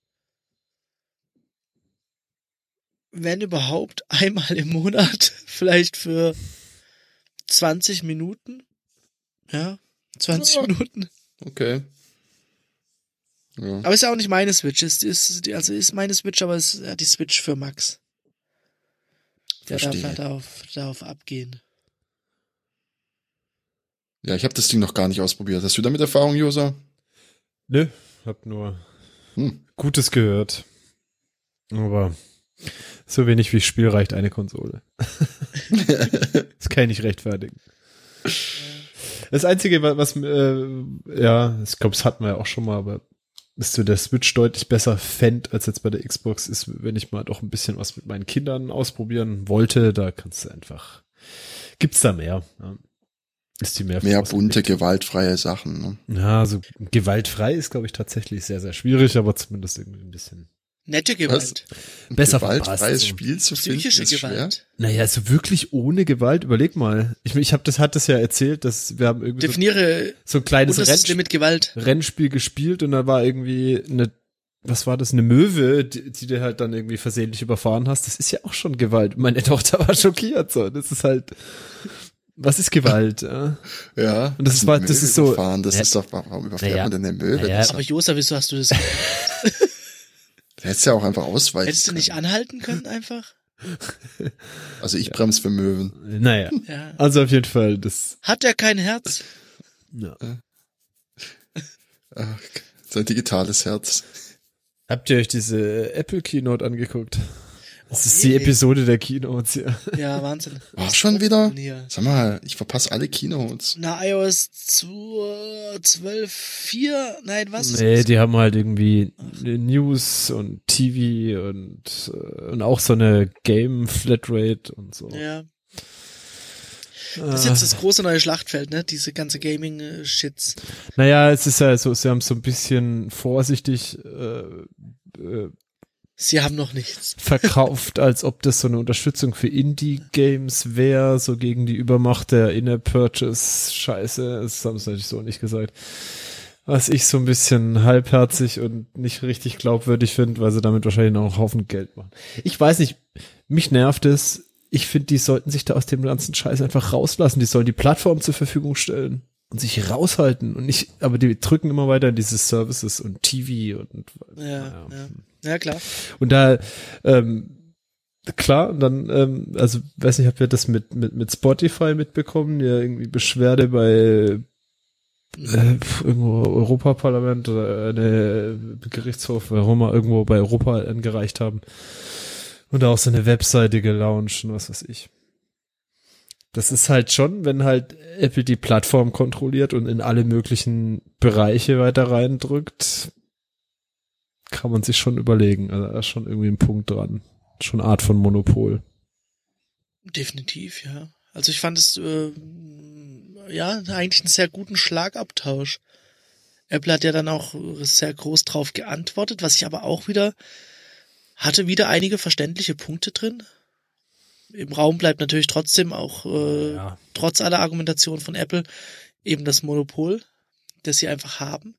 [SPEAKER 1] Wenn überhaupt, einmal im Monat, vielleicht für zwanzig Minuten. Ja, zwanzig ja. Minuten.
[SPEAKER 2] Okay. Ja.
[SPEAKER 1] Aber ist ja auch nicht meine Switch. Ist, ist, also ist meine Switch, aber ist ja die Switch für Max. Der
[SPEAKER 2] Verstehe.
[SPEAKER 1] darf halt darauf, darauf abgehen.
[SPEAKER 2] Ja, ich habe das Ding noch gar nicht ausprobiert. Hast du damit Erfahrung, Josa?
[SPEAKER 3] Nö, hab nur hm. Gutes gehört. Aber so wenig wie ich spiele, reicht eine Konsole. Das kann ich nicht rechtfertigen. Das Einzige, was, äh, ja, ich glaube, das hatten wir ja auch schon mal, aber dass du der Switch deutlich besser fänd als jetzt bei der Xbox ist, wenn ich mal doch ein bisschen was mit meinen Kindern ausprobieren wollte, da kannst du einfach, gibt's da mehr. Ja. Ist die mehr
[SPEAKER 2] Mehr bunte, gewaltfreie Sachen. Ne?
[SPEAKER 3] Ja, so gewaltfrei ist, glaube ich, tatsächlich sehr, sehr schwierig, aber zumindest irgendwie ein bisschen
[SPEAKER 1] nette Gewalt.
[SPEAKER 2] Was?
[SPEAKER 3] Besser
[SPEAKER 2] gewaltfreies Spiel zu finden ist
[SPEAKER 1] Gewalt.
[SPEAKER 2] schwer.
[SPEAKER 3] Naja, so wirklich ohne Gewalt, überleg mal. Ich, ich habe das, hat das ja erzählt, dass wir haben irgendwie
[SPEAKER 1] Definiere
[SPEAKER 3] so, so ein kleines Rennsp-
[SPEAKER 1] mit Gewalt.
[SPEAKER 3] Rennspiel gespielt und da war irgendwie eine, was war das, eine Möwe, die, die du halt dann irgendwie versehentlich überfahren hast. Das ist ja auch schon Gewalt. Meine Tochter war schockiert so. Das ist halt, was ist Gewalt? Ja,
[SPEAKER 2] ja
[SPEAKER 3] und das, das ist, war, das ist so.
[SPEAKER 2] Überfahren. Das ja, ist doch, warum überfährt ja, man denn eine Möwe?
[SPEAKER 3] Ja,
[SPEAKER 1] aber Josa, wieso hast du das gemacht?
[SPEAKER 2] Du hättest ja auch einfach ausweichen
[SPEAKER 1] Hättest du nicht
[SPEAKER 2] können.
[SPEAKER 1] anhalten können einfach?
[SPEAKER 2] Also ich bremse für Möwen.
[SPEAKER 3] Naja, ja. Also auf jeden Fall. Das
[SPEAKER 1] hat er kein Herz?
[SPEAKER 3] Ja.
[SPEAKER 2] Ach, sein digitales Herz.
[SPEAKER 3] Habt ihr euch diese Apple Keynote angeguckt? Das ist die Episode der Keynotes, ja.
[SPEAKER 1] Ja, Wahnsinn.
[SPEAKER 2] War schon wieder? Sag mal, ich verpasse alle Keynotes.
[SPEAKER 1] Na, iOS zwölf Punkt vier? Nein, was?
[SPEAKER 3] Nee, die haben halt irgendwie News und T V und, und auch so eine Game-Flatrate und so.
[SPEAKER 1] Ja. Das ist jetzt das große neue Schlachtfeld, ne? Diese ganze Gaming-Shits.
[SPEAKER 3] Naja, es ist ja so, sie haben so ein bisschen vorsichtig äh, äh,
[SPEAKER 1] Sie haben noch nichts
[SPEAKER 3] verkauft, als ob das so eine Unterstützung für Indie-Games wäre, so gegen die Übermacht der In-App-Purchase-Scheiße. Das haben sie natürlich so nicht gesagt. Was ich so ein bisschen halbherzig und nicht richtig glaubwürdig finde, weil sie damit wahrscheinlich noch einen Haufen Geld machen. Ich weiß nicht, mich nervt es. Ich finde, die sollten sich da aus dem ganzen Scheiß einfach rauslassen. Die sollen die Plattform zur Verfügung stellen und sich raushalten und nicht, aber die drücken immer weiter in diese Services und T V und
[SPEAKER 1] ja, ja. ja. Ja, klar.
[SPEAKER 3] Und da, ähm, klar, und dann, ähm, also, weiß nicht, habt ihr das mit, mit, mit Spotify mitbekommen, ja, irgendwie Beschwerde bei, äh, irgendwo Europaparlament oder eine Gerichtshof, warum wir irgendwo bei Europa eingereicht haben. Und auch so eine Webseite gelauncht und was weiß ich. Das ist halt schon, wenn halt Apple die Plattform kontrolliert und in alle möglichen Bereiche weiter reindrückt, kann man sich schon überlegen. Also da ist schon irgendwie ein Punkt dran. Schon eine Art von Monopol.
[SPEAKER 1] Definitiv, ja. Also ich fand es äh, ja eigentlich einen sehr guten Schlagabtausch. Apple hat ja dann auch sehr groß drauf geantwortet, was ich aber auch wieder hatte wieder einige verständliche Punkte drin. Im Raum bleibt natürlich trotzdem auch äh, ja. trotz aller Argumentation von Apple eben das Monopol, das sie einfach haben.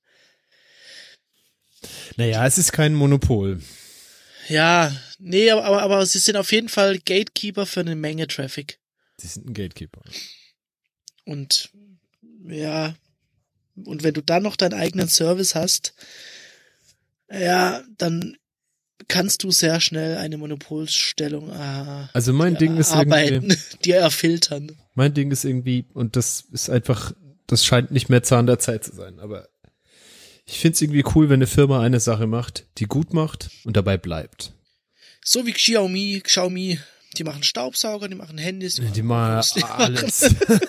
[SPEAKER 3] Naja, es ist kein Monopol.
[SPEAKER 1] Ja, nee, aber, aber, aber sie sind auf jeden Fall Gatekeeper für eine Menge Traffic.
[SPEAKER 3] Sie sind ein Gatekeeper.
[SPEAKER 1] Und ja, und wenn du dann noch deinen eigenen Service hast, ja, dann kannst du sehr schnell eine Monopolstellung äh,
[SPEAKER 3] also mein Ding ist
[SPEAKER 1] arbeiten, dir erfiltern.
[SPEAKER 3] Mein Ding ist irgendwie, und das ist einfach, das scheint nicht mehr Zahn der Zeit zu sein, aber ich finde es irgendwie cool, wenn eine Firma eine Sache macht, die gut macht und dabei bleibt.
[SPEAKER 1] So wie Xiaomi, Xiaomi, die machen Staubsauger, die machen Handys, die,
[SPEAKER 3] die
[SPEAKER 1] machen,
[SPEAKER 3] machen
[SPEAKER 1] die
[SPEAKER 3] alles.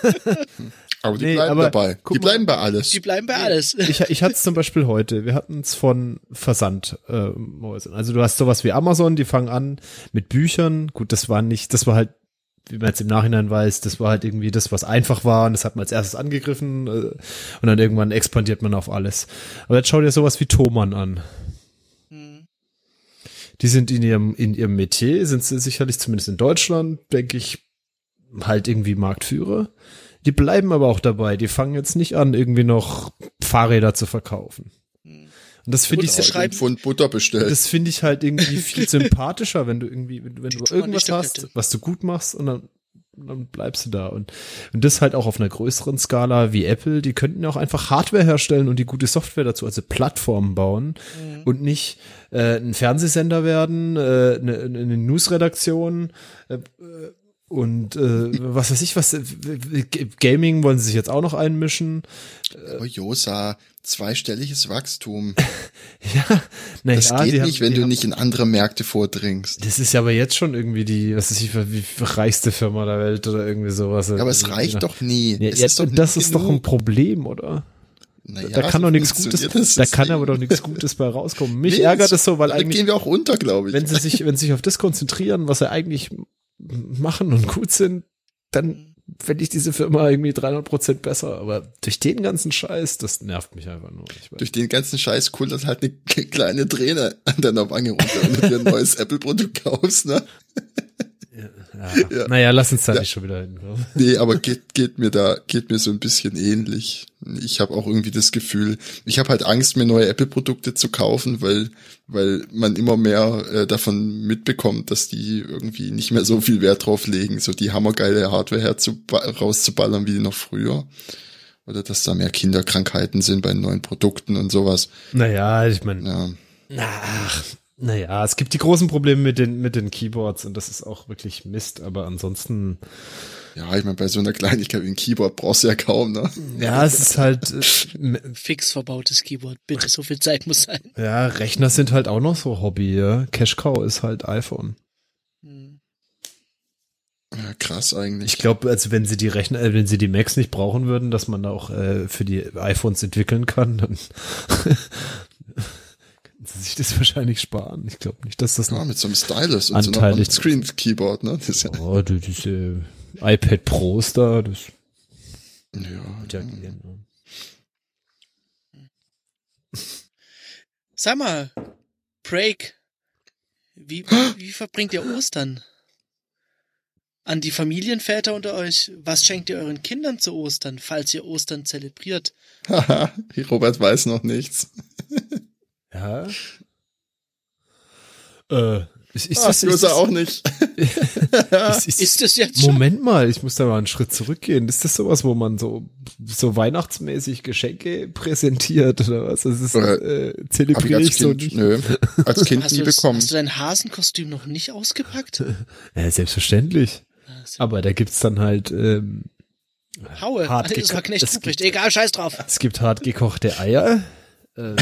[SPEAKER 2] Aber die
[SPEAKER 3] nee,
[SPEAKER 2] bleiben
[SPEAKER 3] aber
[SPEAKER 2] dabei. Die bleiben bei alles.
[SPEAKER 1] Die bleiben bei alles.
[SPEAKER 3] Ich, ich hatte es zum Beispiel heute. Wir hatten es von Versandhäusern. Äh, also du hast sowas wie Amazon, die fangen an mit Büchern. Gut, das war nicht, das war halt, wie man jetzt im Nachhinein weiß, das war halt irgendwie das, was einfach war und das hat man als erstes angegriffen äh, und dann irgendwann expandiert man auf alles. Aber jetzt schau dir sowas wie Thomann an. Hm. Die sind in ihrem, in ihrem Metier, sind sie sicherlich zumindest in Deutschland, denke ich, halt irgendwie Marktführer. Die bleiben aber auch dabei. Die fangen jetzt nicht an, irgendwie noch Fahrräder zu verkaufen. Und das finde ich,
[SPEAKER 2] schreiben, Pfund Butter bestellt.
[SPEAKER 3] Das finde ich halt irgendwie viel sympathischer, wenn du irgendwie, wenn, wenn du irgendwas hast, was du gut machst und dann, dann bleibst du da. Und, und das halt auch auf einer größeren Skala wie Apple. Die könnten ja auch einfach Hardware herstellen und die gute Software dazu, also Plattformen bauen mhm. und nicht äh, ein Fernsehsender werden, äh, eine, eine Newsredaktion, äh, und äh, was weiß ich, was Gaming wollen sie sich jetzt auch noch einmischen.
[SPEAKER 2] Aber Josa, zweistelliges Wachstum.
[SPEAKER 3] ja, naja,
[SPEAKER 2] das geht nicht,
[SPEAKER 3] haben,
[SPEAKER 2] wenn du
[SPEAKER 3] haben,
[SPEAKER 2] nicht in andere Märkte vordringst.
[SPEAKER 3] Das ist ja aber jetzt schon irgendwie die, was weiß ich, wie reichste Firma der Welt oder irgendwie sowas.
[SPEAKER 2] Ja, aber es reicht doch nie.
[SPEAKER 3] Ja,
[SPEAKER 2] es
[SPEAKER 3] ja,
[SPEAKER 2] ist doch
[SPEAKER 3] das ist
[SPEAKER 2] genug.
[SPEAKER 3] doch ein Problem, oder?
[SPEAKER 2] Naja,
[SPEAKER 3] da kann
[SPEAKER 2] so
[SPEAKER 3] doch nichts Gutes, da kann aber doch nichts Gutes bei rauskommen. Mich nee, ärgert es so, weil eigentlich
[SPEAKER 2] gehen wir auch unter, glaube ich.
[SPEAKER 3] Wenn sie sich, wenn sie sich auf das konzentrieren, was sie eigentlich machen und gut sind, dann fände ich diese Firma irgendwie dreihundert Prozent besser. Aber durch den ganzen Scheiß, das nervt mich einfach nur. Ich weiß.
[SPEAKER 2] Durch den ganzen Scheiß cool, dass halt eine kleine Träne an deiner Wange runter, wenn du dir ein neues Apple-Produkt kaufst, ne?
[SPEAKER 3] Ja, ja. Ja. Naja, lass uns da ja. nicht schon wieder hin.
[SPEAKER 2] Nee, aber geht, geht mir da, geht mir so ein bisschen ähnlich. Ich habe auch irgendwie das Gefühl, ich habe halt Angst, mir neue Apple-Produkte zu kaufen, weil, weil man immer mehr äh, davon mitbekommt, dass die irgendwie nicht mehr so viel Wert drauf legen, so die hammergeile Hardware herzu, rauszuballern wie noch früher. Oder dass da mehr Kinderkrankheiten sind bei neuen Produkten und sowas.
[SPEAKER 3] Naja, ich meine,
[SPEAKER 2] ja.
[SPEAKER 3] ach, naja, es gibt die großen Probleme mit den, mit den Keyboards und das ist auch wirklich Mist, aber ansonsten.
[SPEAKER 2] Ja, ich meine, bei so einer Kleinigkeit wie ein Keyboard brauchst du ja kaum, ne?
[SPEAKER 3] Ja, es ist halt. Äh,
[SPEAKER 1] Fix verbautes Keyboard, bitte, so viel Zeit muss sein.
[SPEAKER 3] Ja, Rechner sind halt auch noch so Hobby, ja. Cash Cow ist halt iPhone.
[SPEAKER 2] Hm. Ja, krass eigentlich.
[SPEAKER 3] Ich glaube, also wenn sie die Rechner, äh, wenn sie die Macs nicht brauchen würden, dass man da auch äh, für die iPhones entwickeln kann, dann sie sich das wahrscheinlich sparen. Ich glaube nicht, dass das
[SPEAKER 2] ja, mit so einem Stylus und
[SPEAKER 3] anteilig
[SPEAKER 2] so einem Screen-Keyboard, ne? Das ja
[SPEAKER 3] oh, du, diese iPad Pros da, das
[SPEAKER 2] ja,
[SPEAKER 3] ja gehen,
[SPEAKER 1] ja. Sag mal, Break, wie, wie verbringt ihr Ostern? An die Familienväter unter euch, was schenkt ihr euren Kindern zu Ostern, falls ihr Ostern zelebriert?
[SPEAKER 2] Haha, Robert weiß noch nichts.
[SPEAKER 3] Ja. Äh, ist, ist
[SPEAKER 2] Ach,
[SPEAKER 3] das, ist
[SPEAKER 2] das auch nicht?
[SPEAKER 1] ist, ist, ist das jetzt schon?
[SPEAKER 3] Moment mal, ich muss da mal einen Schritt zurückgehen. Ist das sowas, wo man so so weihnachtsmäßig Geschenke präsentiert oder was? Das ist äh, zelebriere ich, ich so nicht.
[SPEAKER 2] Nö, als Kind
[SPEAKER 1] hast
[SPEAKER 2] nie
[SPEAKER 1] du das,
[SPEAKER 2] bekommen.
[SPEAKER 1] Hast du dein Hasenkostüm noch nicht ausgepackt?
[SPEAKER 3] Ja, selbstverständlich.
[SPEAKER 1] Also.
[SPEAKER 3] Aber da gibt's dann halt ähm,
[SPEAKER 1] Haue.
[SPEAKER 3] Hart
[SPEAKER 1] Also, das
[SPEAKER 3] geko-
[SPEAKER 1] war Knecht
[SPEAKER 3] es
[SPEAKER 1] Ruprecht.
[SPEAKER 3] gibt-
[SPEAKER 1] Egal, scheiß drauf.
[SPEAKER 3] Es gibt hart gekochte Eier. Äh,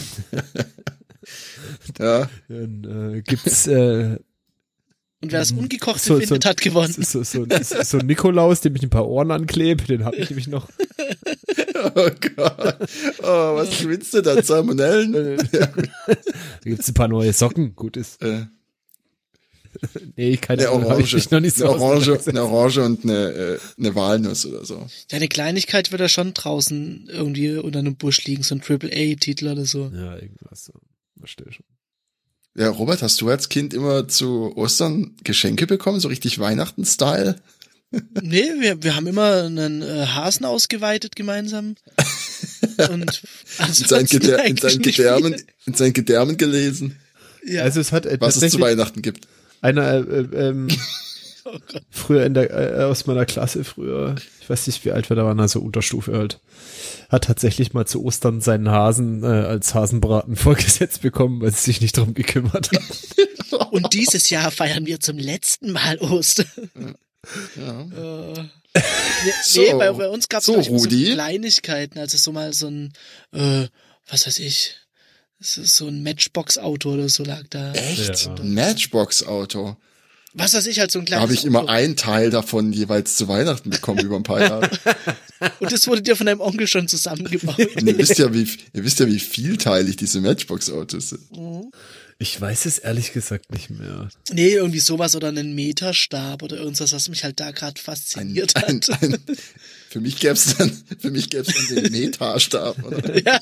[SPEAKER 2] Ja.
[SPEAKER 3] dann äh, gibt's äh,
[SPEAKER 1] Und wer das Ungekochte
[SPEAKER 3] so-
[SPEAKER 1] findet,
[SPEAKER 3] so-
[SPEAKER 1] hat gewonnen.
[SPEAKER 3] so, so, so, so ein Nikolaus, dem ich ein paar Ohren anklebe, den habe ich nämlich noch.
[SPEAKER 2] Oh Gott. Oh, was gewinnst du da? Salmonellen?
[SPEAKER 3] Da gibt's ein paar neue Socken. Gut ist.
[SPEAKER 2] Äh,
[SPEAKER 3] Nee, keine
[SPEAKER 2] eine
[SPEAKER 3] Ahnung, habe ich
[SPEAKER 2] Orange.
[SPEAKER 3] mich noch nicht so
[SPEAKER 2] eine, Orange
[SPEAKER 3] auseinandergesetzt.
[SPEAKER 2] eine Orange und eine, äh, eine Walnuss oder so.
[SPEAKER 1] Ja, eine Kleinigkeit wird da schon draußen irgendwie unter einem Busch liegen, so ein Triple A-Titel oder so.
[SPEAKER 3] Ja, irgendwas so. Verstehe schon.
[SPEAKER 2] Ja, Robert, hast du als Kind immer zu Ostern Geschenke bekommen? So richtig Weihnachten-Style?
[SPEAKER 1] Nee, wir, wir haben immer einen äh, Hasen ausgeweitet gemeinsam. Und
[SPEAKER 2] In
[SPEAKER 1] ansonsten
[SPEAKER 2] seinen, Geder in
[SPEAKER 1] eigentlich
[SPEAKER 2] seinen
[SPEAKER 1] nicht
[SPEAKER 2] Gedärmen,
[SPEAKER 1] viel.
[SPEAKER 2] in seinen Gedärmen gelesen,
[SPEAKER 1] Ja.
[SPEAKER 3] Also es hat äh,
[SPEAKER 2] was es zu
[SPEAKER 3] tatsächlich
[SPEAKER 2] Weihnachten gibt.
[SPEAKER 3] einer äh, ähm,
[SPEAKER 1] Oh Gott.
[SPEAKER 3] früher in der äh, aus meiner Klasse früher, ich weiß nicht wie alt wir da waren, also Unterstufe halt, hat tatsächlich mal zu Ostern seinen Hasen äh, als Hasenbraten vorgesetzt bekommen, weil sie sich nicht darum gekümmert hat.
[SPEAKER 1] Und dieses Jahr feiern wir zum letzten Mal Ostern.
[SPEAKER 2] Ja.
[SPEAKER 1] Äh, nee,
[SPEAKER 2] So.
[SPEAKER 1] nee, bei, bei uns gab es
[SPEAKER 2] So,
[SPEAKER 1] so
[SPEAKER 2] Rudi.
[SPEAKER 1] Kleinigkeiten, also so mal so ein, äh, was weiß ich, so so ein Matchbox-Auto oder so lag da.
[SPEAKER 2] Echt?
[SPEAKER 3] Ja.
[SPEAKER 2] Ein Matchbox-Auto.
[SPEAKER 1] Was weiß ich, halt so ein
[SPEAKER 2] Da
[SPEAKER 1] kleines
[SPEAKER 2] habe ich immer
[SPEAKER 1] Auto.
[SPEAKER 2] ein Teil davon jeweils zu Weihnachten bekommen über ein paar Jahre.
[SPEAKER 1] Und das wurde dir von deinem Onkel schon zusammengebaut.
[SPEAKER 2] Und ihr wisst ja, wie, ihr wisst ja, wie vielteilig diese Matchbox-Autos sind.
[SPEAKER 3] Ich weiß es ehrlich gesagt nicht mehr.
[SPEAKER 1] Nee, irgendwie sowas oder einen Meterstab oder irgendwas, was mich halt da gerade
[SPEAKER 2] Ein,
[SPEAKER 1] fasziniert
[SPEAKER 2] ein,
[SPEAKER 1] hat.
[SPEAKER 2] ein, für mich gäb's dann, für mich gäb's dann den Metastab. Oder?
[SPEAKER 1] Ja.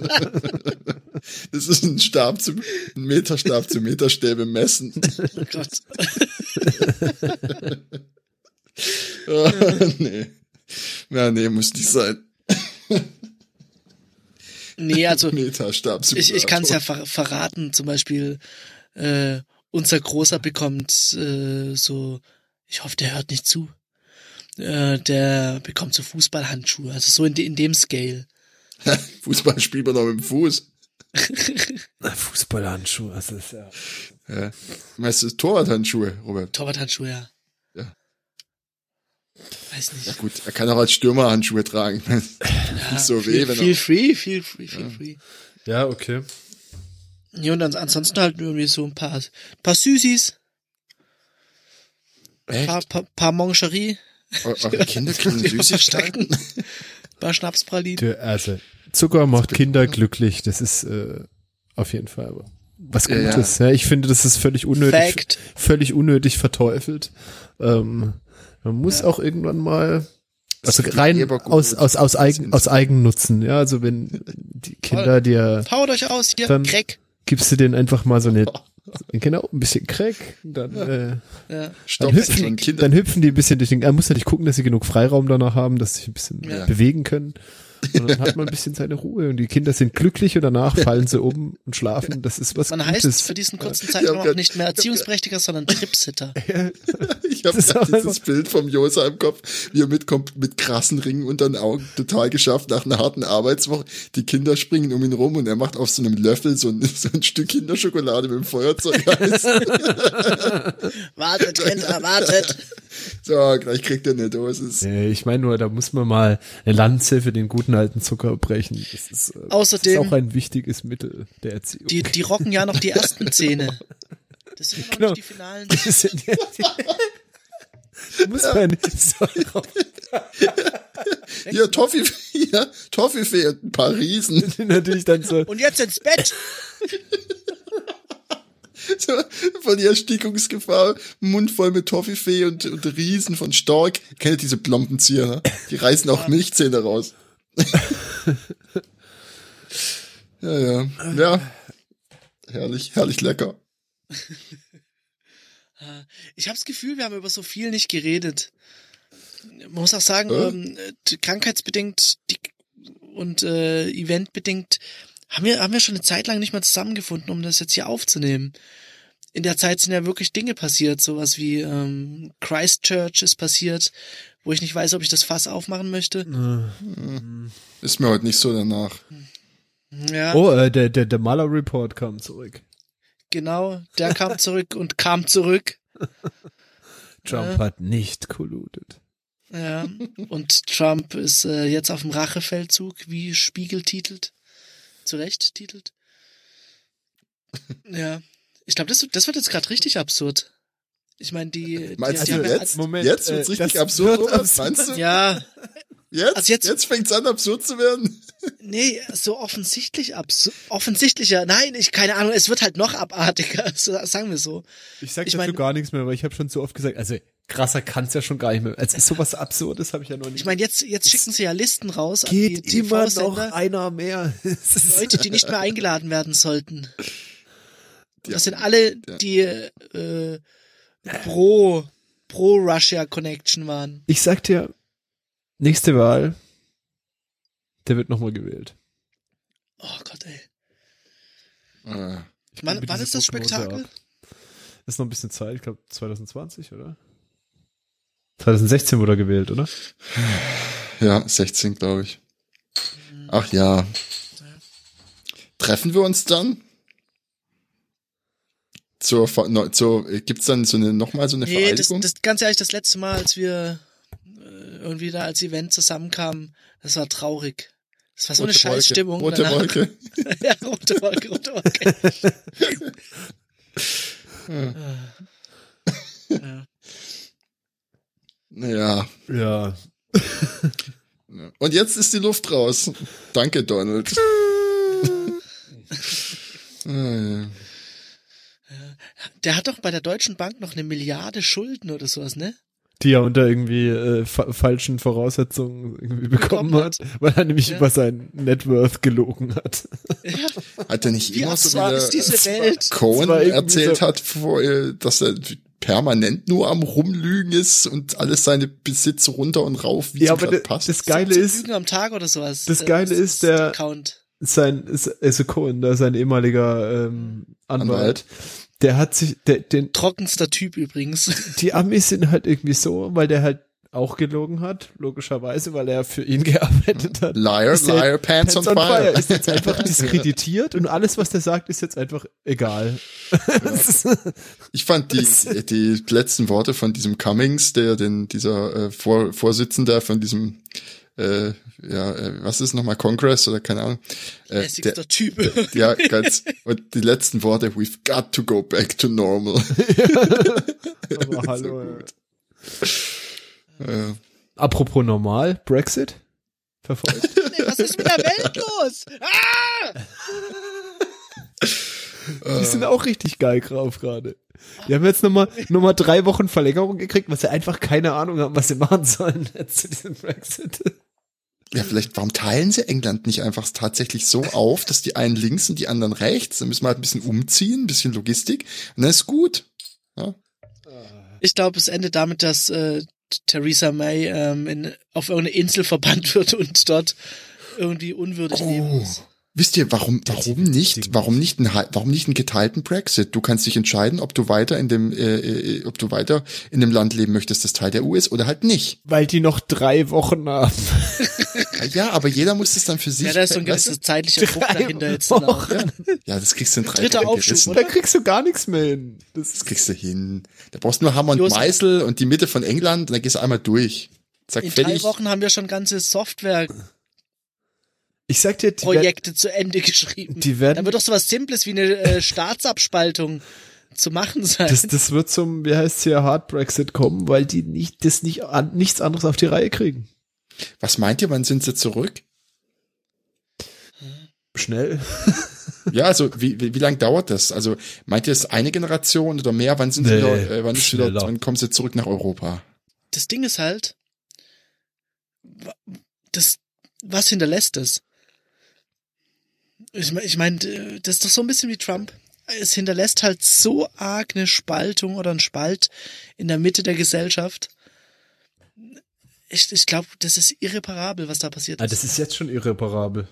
[SPEAKER 2] Das ist ein Stab zum, ein Meterstab zu Meterstäbe messen.
[SPEAKER 1] Oh Gott.
[SPEAKER 2] Oh, nee. Ja, nee, muss nicht sein.
[SPEAKER 1] Nee, also
[SPEAKER 2] Meterstab zu
[SPEAKER 1] ich, ich kann es ja ver verraten, zum Beispiel äh, unser Großer bekommt äh, so, ich hoffe, der hört nicht zu, äh, der bekommt so Fußballhandschuhe, also so in, de in dem Scale.
[SPEAKER 2] Fußball spielt man noch mit dem Fuß.
[SPEAKER 3] Fußballhandschuhe, das ist ja.
[SPEAKER 2] Ja. Weißt du, Torwarthandschuhe, Robert?
[SPEAKER 1] Torwarthandschuhe, ja.
[SPEAKER 2] Ja.
[SPEAKER 1] Weiß nicht.
[SPEAKER 2] Ja gut, er kann auch als Stürmer Handschuhe tragen.
[SPEAKER 1] Ja,
[SPEAKER 2] Nicht so
[SPEAKER 1] feel,
[SPEAKER 2] weh, wenn
[SPEAKER 1] feel
[SPEAKER 2] er...
[SPEAKER 1] free, feel free, feel
[SPEAKER 2] Ja.
[SPEAKER 1] free.
[SPEAKER 3] Ja, okay.
[SPEAKER 1] Ja, und dann, ansonsten halt irgendwie so ein paar, paar Süßis,
[SPEAKER 2] Echt?
[SPEAKER 1] paar, paar, paar Moncherie,
[SPEAKER 2] Eu- Eure Kinder kriegen Süßigkeiten?
[SPEAKER 1] paar Schnapspralinen.
[SPEAKER 3] Der, also, Zucker macht Kinder glücklich, das ist äh, auf jeden Fall was
[SPEAKER 2] Ja, ja.
[SPEAKER 3] Gutes. Ja, ich finde, das ist völlig unnötig,
[SPEAKER 1] Fact.
[SPEAKER 3] völlig unnötig verteufelt. Ähm, man muss
[SPEAKER 1] Ja.
[SPEAKER 3] auch irgendwann mal, also
[SPEAKER 2] Das
[SPEAKER 3] rein
[SPEAKER 2] Lebergut.
[SPEAKER 3] aus, aus, aus, Eigen, aus Eigennutzen, ja, also wenn die Kinder dir,
[SPEAKER 1] Haut euch aus, hier,
[SPEAKER 3] Dann-
[SPEAKER 1] Crack.
[SPEAKER 3] gibst du denen einfach mal so eine, genau, ein bisschen Crack, dann, äh,
[SPEAKER 1] Ja.
[SPEAKER 3] dann
[SPEAKER 2] Stopfen
[SPEAKER 3] hüpfen,
[SPEAKER 2] schon Kinder.
[SPEAKER 3] dann hüpfen die ein bisschen durch den, er muss natürlich gucken, dass sie genug Freiraum danach haben, dass sie sich ein bisschen
[SPEAKER 1] Ja.
[SPEAKER 3] bewegen können. Und dann hat man ein bisschen seine Ruhe und die Kinder sind glücklich und danach fallen sie um und schlafen. Das ist was
[SPEAKER 1] Man
[SPEAKER 3] Gutes.
[SPEAKER 1] heißt für diesen kurzen
[SPEAKER 2] Ja,
[SPEAKER 1] Zeitraum
[SPEAKER 2] ja,
[SPEAKER 1] auch nicht mehr Erziehungsberechtiger, sondern Tripsitter.
[SPEAKER 2] Ich habe
[SPEAKER 3] Das ist auch
[SPEAKER 2] dieses
[SPEAKER 3] einfach-
[SPEAKER 2] Bild vom Josa im Kopf, wie er mitkommt mit krassen Ringen unter den Augen, total geschafft nach einer harten Arbeitswoche. Die Kinder springen um ihn rum und er macht auf so einem Löffel so ein, so ein Stück Kinderschokolade mit dem Feuerzeug heiß.
[SPEAKER 1] Wartet, Kinder, wartet.
[SPEAKER 2] So, gleich kriegt er eine Dosis.
[SPEAKER 3] Äh, Ich meine nur, da muss man mal eine Lanze für den guten alten Zucker brechen. Das ist, äh,
[SPEAKER 1] Außerdem-
[SPEAKER 3] das ist auch ein wichtiges Mittel der Erziehung.
[SPEAKER 1] Die, die rocken ja noch die ersten Zähne. Das sind noch
[SPEAKER 3] Genau.
[SPEAKER 1] nicht die finalen.
[SPEAKER 3] Das sind ja die, muss man so drauf-
[SPEAKER 2] Hier, Toffifee, ja, Toffifee und ein paar Riesen.
[SPEAKER 3] natürlich dann so,
[SPEAKER 1] Und jetzt ins Bett.
[SPEAKER 2] So, von der Erstickungsgefahr, Mund voll mit Toffifee und, und Riesen von Stork. Kennt ihr diese Plompenzieher, ne? Die reißen auch Milchzähne raus. Ja, ja. Ja. Herrlich, herrlich lecker.
[SPEAKER 1] Ich habe das Gefühl, wir haben über so viel nicht geredet. Man muss auch sagen,
[SPEAKER 2] Äh?
[SPEAKER 1] ähm, äh, krankheitsbedingt die, und äh, eventbedingt haben wir, haben wir schon eine Zeit lang nicht mehr zusammengefunden, um das jetzt hier aufzunehmen. In der Zeit sind ja wirklich Dinge passiert, sowas wie ähm, Christchurch ist passiert, wo ich nicht weiß, ob ich das Fass aufmachen möchte.
[SPEAKER 2] Ist mir heute nicht so danach.
[SPEAKER 1] Ja,
[SPEAKER 3] oh, äh, der, der, der Mueller Report kam zurück.
[SPEAKER 1] genau, der kam zurück und kam zurück.
[SPEAKER 3] Trump
[SPEAKER 1] Ja.
[SPEAKER 3] hat nicht colluded.
[SPEAKER 1] Ja, und Trump ist äh, jetzt auf dem Rachefeldzug, wie Spiegel titelt. Zu Recht titelt. Ja, ich glaube, das, das wird jetzt gerade richtig absurd. Ich meine, die...
[SPEAKER 2] Meinst
[SPEAKER 1] die,
[SPEAKER 2] du
[SPEAKER 1] die haben
[SPEAKER 2] jetzt?
[SPEAKER 1] Ja,
[SPEAKER 3] Moment,
[SPEAKER 2] jetzt wird's
[SPEAKER 3] äh,
[SPEAKER 2] richtig
[SPEAKER 3] das
[SPEAKER 2] absurd,
[SPEAKER 3] wird
[SPEAKER 2] oder?
[SPEAKER 3] absurd.
[SPEAKER 2] Meinst du?
[SPEAKER 1] ja,
[SPEAKER 2] Jetzt?
[SPEAKER 1] Also jetzt-
[SPEAKER 2] jetzt fängt's an, absurd zu werden?
[SPEAKER 1] nee, so offensichtlich absurd. Offensichtlicher, nein, ich keine Ahnung, es wird halt noch abartiger, so, sagen wir so.
[SPEAKER 3] Ich sag
[SPEAKER 1] Ich
[SPEAKER 3] dazu
[SPEAKER 1] mein-
[SPEAKER 3] gar nichts mehr, weil ich habe schon so oft gesagt, also krasser kann's ja schon gar nicht mehr. Als ist sowas Absurdes habe ich ja noch nicht.
[SPEAKER 1] Ich meine, jetzt, jetzt schicken sie ja Listen raus an
[SPEAKER 3] geht
[SPEAKER 1] die
[SPEAKER 3] immer noch
[SPEAKER 1] T V-Sender,
[SPEAKER 3] einer mehr. Es ist-
[SPEAKER 1] Leute, die nicht mehr eingeladen werden sollten.
[SPEAKER 2] Ja.
[SPEAKER 1] Das sind alle, die äh, pro, pro Russia Connection waren.
[SPEAKER 3] Ich sag dir, nächste Wahl, der wird nochmal gewählt.
[SPEAKER 1] Oh Gott, ey.
[SPEAKER 2] Äh,
[SPEAKER 1] Wann,
[SPEAKER 3] gebe
[SPEAKER 1] wann
[SPEAKER 3] diese
[SPEAKER 1] ist das
[SPEAKER 3] Prognose
[SPEAKER 1] Spektakel?
[SPEAKER 3] ab. Das ist noch ein bisschen Zeit, ich glaube zwanzig zwanzig, oder? zwanzig sechzehn wurde er gewählt, oder?
[SPEAKER 2] ja, sechzehn, glaube ich. Ach ja. Treffen wir uns dann? Zur, Ver- no, zur, gibt's dann so eine, nochmal so eine
[SPEAKER 1] Nee, das,
[SPEAKER 2] Vereidigung?
[SPEAKER 1] das ganz ehrlich, das letzte Mal, als wir äh, irgendwie da als Event zusammenkamen, das war traurig. Das war so eine
[SPEAKER 2] Rote Wolke.
[SPEAKER 1] Scheißstimmung.
[SPEAKER 2] Rote
[SPEAKER 1] danach.
[SPEAKER 2] Wolke.
[SPEAKER 1] ja, rote Wolke, rote Wolke. ja.
[SPEAKER 2] Ja.
[SPEAKER 3] Ja.
[SPEAKER 2] Und jetzt ist die Luft raus. Danke, Donald. Ah, ja.
[SPEAKER 1] Der hat doch bei der Deutschen Bank noch eine Milliarde Schulden oder sowas, ne?
[SPEAKER 3] Die er unter irgendwie äh, fa falschen Voraussetzungen irgendwie bekommen,
[SPEAKER 1] Bekommen
[SPEAKER 3] hat, weil er nämlich
[SPEAKER 1] Ja.
[SPEAKER 3] über sein Net Worth gelogen hat.
[SPEAKER 1] Ja.
[SPEAKER 2] Hat er nicht
[SPEAKER 1] Wie
[SPEAKER 2] immer so
[SPEAKER 1] absurd
[SPEAKER 2] wie
[SPEAKER 1] ist
[SPEAKER 2] der
[SPEAKER 1] diese Welt?
[SPEAKER 2] Cohen
[SPEAKER 3] war irgendwie
[SPEAKER 2] erzählt
[SPEAKER 3] so-
[SPEAKER 2] hat, vorher, dass er permanent nur am Rumlügen ist und alles seine Besitze runter und rauf, wie
[SPEAKER 3] Ja,
[SPEAKER 2] es
[SPEAKER 3] aber
[SPEAKER 2] gerade
[SPEAKER 3] de-
[SPEAKER 2] passt.
[SPEAKER 3] das Geile
[SPEAKER 1] siebzehn
[SPEAKER 3] ist,
[SPEAKER 1] Lügen am Tag oder sowas.
[SPEAKER 3] das
[SPEAKER 1] äh,
[SPEAKER 3] Geile ist, der-
[SPEAKER 1] Account.
[SPEAKER 3] sein, ist, also Cohen, da sein ehemaliger ähm, Anwalt,
[SPEAKER 2] Anwalt.
[SPEAKER 3] der hat sich, der, den,
[SPEAKER 1] Trockenster Typ übrigens.
[SPEAKER 3] die Amis sind halt irgendwie so, weil der halt auch gelogen hat, logischerweise, weil er für ihn gearbeitet hat.
[SPEAKER 2] Liar,
[SPEAKER 3] Ist der-
[SPEAKER 2] liar, pants, on fire.
[SPEAKER 3] ist jetzt einfach diskreditiert und alles, was der sagt, ist jetzt einfach egal. Das ist-
[SPEAKER 2] Ich fand die, die letzten Worte von diesem Cummings, der den, dieser äh, Vor Vorsitzender von diesem, äh, ja, äh, was ist nochmal, Congress oder keine Ahnung. Äh, der,
[SPEAKER 1] Lässigster Typ.
[SPEAKER 2] ja, ganz, und die letzten Worte, we've got to go back to normal.
[SPEAKER 3] Aber hallo. ja.
[SPEAKER 2] Äh,
[SPEAKER 3] Apropos normal, Brexit? Verfolgt?
[SPEAKER 1] Nee, was ist mit der Welt los? Ah!
[SPEAKER 3] Die sind auch richtig geil drauf gerade. Die haben jetzt nochmal noch mal drei Wochen Verlängerung gekriegt, was sie einfach keine Ahnung haben, was sie machen sollen jetzt zu diesem Brexit.
[SPEAKER 2] ja, vielleicht, warum teilen sie England nicht einfach tatsächlich so auf, dass die einen links und die anderen rechts, dann müssen wir halt ein bisschen umziehen, ein bisschen Logistik, und dann ist gut. Ja.
[SPEAKER 1] Ich glaube, es endet damit, dass äh, Theresa May ähm, in, auf irgendeine Insel verbannt wird und dort irgendwie unwürdig leben
[SPEAKER 2] Oh.
[SPEAKER 1] muss.
[SPEAKER 2] Wisst ihr, warum, warum nicht, warum nicht ein, warum nicht einen geteilten Brexit? Du kannst dich entscheiden, ob du weiter in dem, äh, äh, ob du weiter in dem Land leben möchtest, das Teil der E U ist oder halt nicht.
[SPEAKER 3] Weil die noch drei Wochen haben.
[SPEAKER 2] Ja, aber jeder muss das dann für sich.
[SPEAKER 1] Ja, da ist so ein
[SPEAKER 2] weißt
[SPEAKER 1] gewisser zeitlicher Druck
[SPEAKER 3] Drei
[SPEAKER 1] dahinter jetzt. Dann auch.
[SPEAKER 3] Wochen.
[SPEAKER 2] du? Ja, das kriegst du in drei
[SPEAKER 1] Dritter
[SPEAKER 2] Wochen
[SPEAKER 1] Aufschub,
[SPEAKER 2] gerissen.
[SPEAKER 1] oder?
[SPEAKER 3] Da kriegst du gar nichts mehr hin. Das
[SPEAKER 2] Das kriegst du hin. Da brauchst du nur Hammer und
[SPEAKER 1] Josef.
[SPEAKER 2] Meißel und die Mitte von England, und dann gehst du einmal durch. Zack,
[SPEAKER 1] In drei
[SPEAKER 2] fertig.
[SPEAKER 1] Wochen haben wir schon ganze Softwareprojekte
[SPEAKER 3] ich sag dir, die, werden,
[SPEAKER 1] zu Ende geschrieben.
[SPEAKER 3] die werden,
[SPEAKER 1] Da wird doch sowas Simples wie eine äh, Staatsabspaltung zu machen sein.
[SPEAKER 3] das, das wird zum, wie heißt hier, Hard Brexit kommen, weil die nicht, das nicht an, nichts anderes auf die Reihe kriegen.
[SPEAKER 2] Was meint ihr, wann sind sie zurück?
[SPEAKER 3] Schnell.
[SPEAKER 2] Ja, also wie, wie, wie lange dauert das? Also meint ihr, es ist eine Generation oder mehr? Wann sind sie
[SPEAKER 3] Nee,
[SPEAKER 2] wieder, äh, wann ist wieder,
[SPEAKER 3] schneller.
[SPEAKER 2] wann kommen sie zurück nach Europa?
[SPEAKER 1] Das Ding ist halt, wa- das, was hinterlässt das? Ich meine, ich mein, das ist doch so ein bisschen wie Trump. Es hinterlässt halt so arg eine Spaltung oder ein Spalt in der Mitte der Gesellschaft. Ich, ich glaube, das ist irreparabel, was da passiert
[SPEAKER 3] Ah,
[SPEAKER 1] ist.
[SPEAKER 3] das ist jetzt schon irreparabel.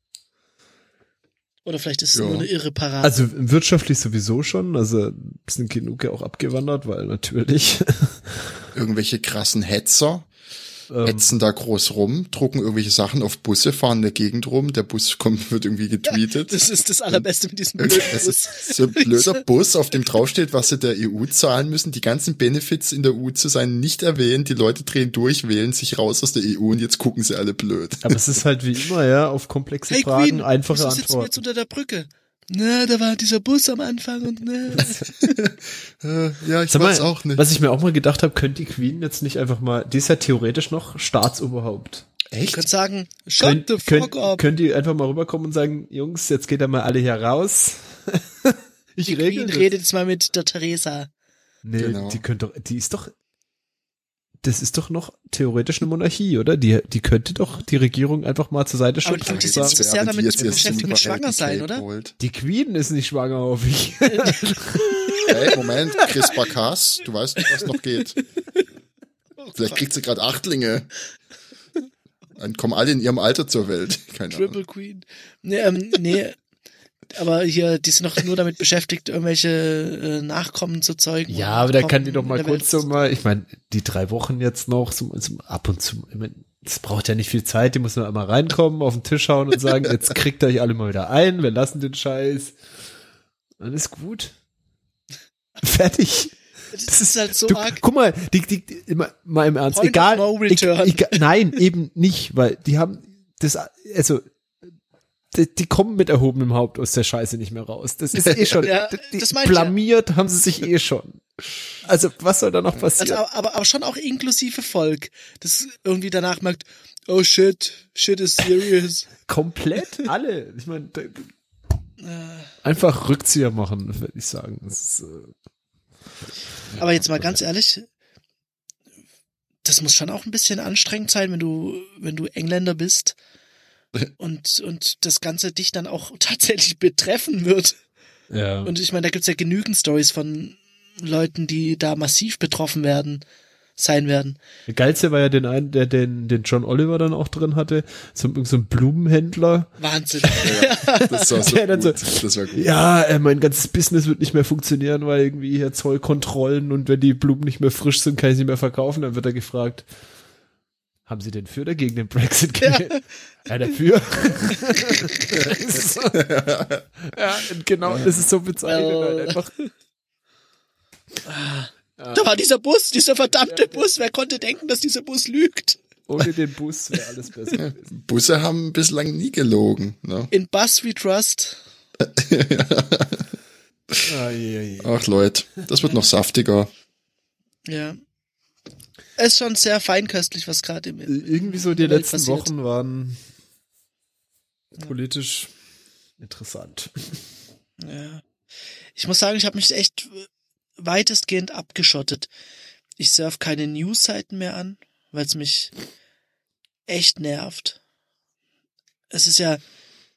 [SPEAKER 1] Oder vielleicht ist es
[SPEAKER 2] Ja.
[SPEAKER 1] nur eine irreparabel.
[SPEAKER 3] Also wirtschaftlich sowieso schon, also sind genug ja auch abgewandert, weil natürlich.
[SPEAKER 2] Irgendwelche krassen Hetzer
[SPEAKER 3] Ähm,
[SPEAKER 2] Hetzen da groß rum, drucken irgendwelche Sachen auf Busse, fahren in der Gegend rum, der Bus kommt, wird irgendwie getweetet.
[SPEAKER 1] Das ist das Allerbeste mit diesem blöden
[SPEAKER 2] Es
[SPEAKER 1] Bus.
[SPEAKER 2] ist so ein blöder Bus, auf dem draufsteht, was sie der E U zahlen müssen. Die ganzen Benefits in der E U zu sein nicht erwähnt. Die Leute drehen durch, wählen sich raus aus der E U und jetzt gucken sie alle blöd.
[SPEAKER 3] aber es ist halt wie immer, ja, auf komplexe
[SPEAKER 1] Hey
[SPEAKER 3] Fragen
[SPEAKER 1] Queen,
[SPEAKER 3] einfache
[SPEAKER 1] wieso sitzen wir
[SPEAKER 3] Antworten.
[SPEAKER 1] jetzt unter der Brücke? Na, da war dieser Bus am Anfang und ne.
[SPEAKER 2] Äh, ja, ich
[SPEAKER 3] Sag
[SPEAKER 2] weiß
[SPEAKER 3] mal,
[SPEAKER 2] auch nicht.
[SPEAKER 3] was ich mir auch mal gedacht habe, könnte die Queen jetzt nicht einfach mal, die ist ja theoretisch noch Staatsoberhaupt.
[SPEAKER 1] Ich
[SPEAKER 2] Echt?
[SPEAKER 1] könnte sagen, shut
[SPEAKER 3] Könnt,
[SPEAKER 1] the
[SPEAKER 3] könnt,
[SPEAKER 1] fuck up.
[SPEAKER 3] könnt ihr einfach mal rüberkommen und sagen, Jungs, jetzt geht ihr mal alle hier raus. ich
[SPEAKER 1] Die
[SPEAKER 3] regel
[SPEAKER 1] Queen
[SPEAKER 3] das.
[SPEAKER 1] redet jetzt mal mit der Theresa.
[SPEAKER 3] Nee,
[SPEAKER 2] Genau.
[SPEAKER 3] die könnte doch, die ist doch, das ist doch noch theoretisch eine Monarchie, oder? Die, die könnte doch die Regierung einfach mal zur Seite
[SPEAKER 1] Aber
[SPEAKER 3] stellen
[SPEAKER 1] die
[SPEAKER 3] und
[SPEAKER 1] ist
[SPEAKER 3] sagen,
[SPEAKER 1] jetzt bisher
[SPEAKER 2] Während
[SPEAKER 1] damit
[SPEAKER 2] die jetzt ihr
[SPEAKER 1] beschäftigt mit
[SPEAKER 2] super
[SPEAKER 1] Schwanger sein,
[SPEAKER 2] Cape
[SPEAKER 1] oder?
[SPEAKER 2] holt.
[SPEAKER 3] die Queen ist nicht schwanger, hoffe ich.
[SPEAKER 2] Hey, Moment, Chris Bacchus, du weißt nicht, was noch geht. Vielleicht kriegt sie gerade Achtlinge. Dann kommen alle in ihrem Alter zur Welt. Keine Ahnung.
[SPEAKER 1] Triple Queen. Nee, ähm, nee. Aber hier, die sind noch nur damit beschäftigt, irgendwelche äh, Nachkommen zu zeugen.
[SPEAKER 3] Ja, aber da kann die
[SPEAKER 1] Nachkommen
[SPEAKER 3] doch mal
[SPEAKER 1] in der
[SPEAKER 3] kurz
[SPEAKER 1] Welt.
[SPEAKER 3] so mal, ich meine, die drei Wochen jetzt noch, so, so ab und zu, ich mein, das braucht ja nicht viel Zeit, die muss nur einmal reinkommen, auf den Tisch hauen und sagen, jetzt kriegt ihr euch alle mal wieder ein, wir lassen den Scheiß. Dann ist gut. Fertig.
[SPEAKER 1] Das ist halt so
[SPEAKER 3] Du,
[SPEAKER 1] arg.
[SPEAKER 3] guck mal, die, die, die, mal, mal im Ernst,
[SPEAKER 1] Point
[SPEAKER 3] egal,
[SPEAKER 1] of no return.
[SPEAKER 3] egal, nein, eben nicht, weil die haben das, also, die, die kommen mit erhobenem Haupt aus der Scheiße nicht mehr raus. Das ist eh schon,
[SPEAKER 1] Ja,
[SPEAKER 3] die,
[SPEAKER 1] das meinte ich ja.
[SPEAKER 3] blamiert haben sie sich eh schon. Also, was soll da noch passieren?
[SPEAKER 1] Also, aber, aber schon auch inklusive Volk, das irgendwie danach merkt, oh shit, shit is serious.
[SPEAKER 3] Komplett alle. Ich meine, da, einfach Rückzieher machen, würde ich sagen. Das ist, äh,
[SPEAKER 1] Aber jetzt mal ganz ehrlich, das muss schon auch ein bisschen anstrengend sein, wenn du, wenn du Engländer bist und, und das Ganze dich dann auch tatsächlich betreffen wird.
[SPEAKER 3] ja.
[SPEAKER 1] Und ich meine, da gibt's ja genügend Stories von Leuten, die da massiv betroffen werden, sein werden.
[SPEAKER 3] Der geilste war ja den einen, der den, den John Oliver dann auch drin hatte, so, so ein Blumenhändler.
[SPEAKER 1] Wahnsinn.
[SPEAKER 2] Das war so
[SPEAKER 3] Der dann
[SPEAKER 2] gut.
[SPEAKER 3] so,
[SPEAKER 2] Das war gut.
[SPEAKER 3] Ja, äh, mein ganzes Business wird nicht mehr funktionieren, weil irgendwie hier Zollkontrollen und wenn die Blumen nicht mehr frisch sind, kann ich sie mehr verkaufen. Dann wird er gefragt, haben Sie denn für oder gegen den Brexit gewählt? Ja, ja dafür. Das ist so, ja, genau, das ist so bezeichnend.
[SPEAKER 1] Well.
[SPEAKER 3] Halt einfach.
[SPEAKER 1] Da war dieser Bus, dieser verdammte Bus. Wer konnte denken, dass dieser Bus lügt?
[SPEAKER 3] Ohne den Bus wäre alles besser gewesen.
[SPEAKER 2] Busse haben bislang nie gelogen. Ne?
[SPEAKER 1] In Bus we trust.
[SPEAKER 3] Ah, je, je.
[SPEAKER 2] Ach Leute, das wird noch saftiger.
[SPEAKER 1] Ja. Es ist schon sehr feinköstlich, was gerade im
[SPEAKER 3] Irgendwie so die
[SPEAKER 1] in der Welt
[SPEAKER 3] letzten
[SPEAKER 1] passiert.
[SPEAKER 3] Wochen waren politisch interessant.
[SPEAKER 1] Ja. Ich muss sagen, ich habe mich echt weitestgehend abgeschottet. Ich surf keine News-Seiten mehr an, weil es mich echt nervt. Es ist ja,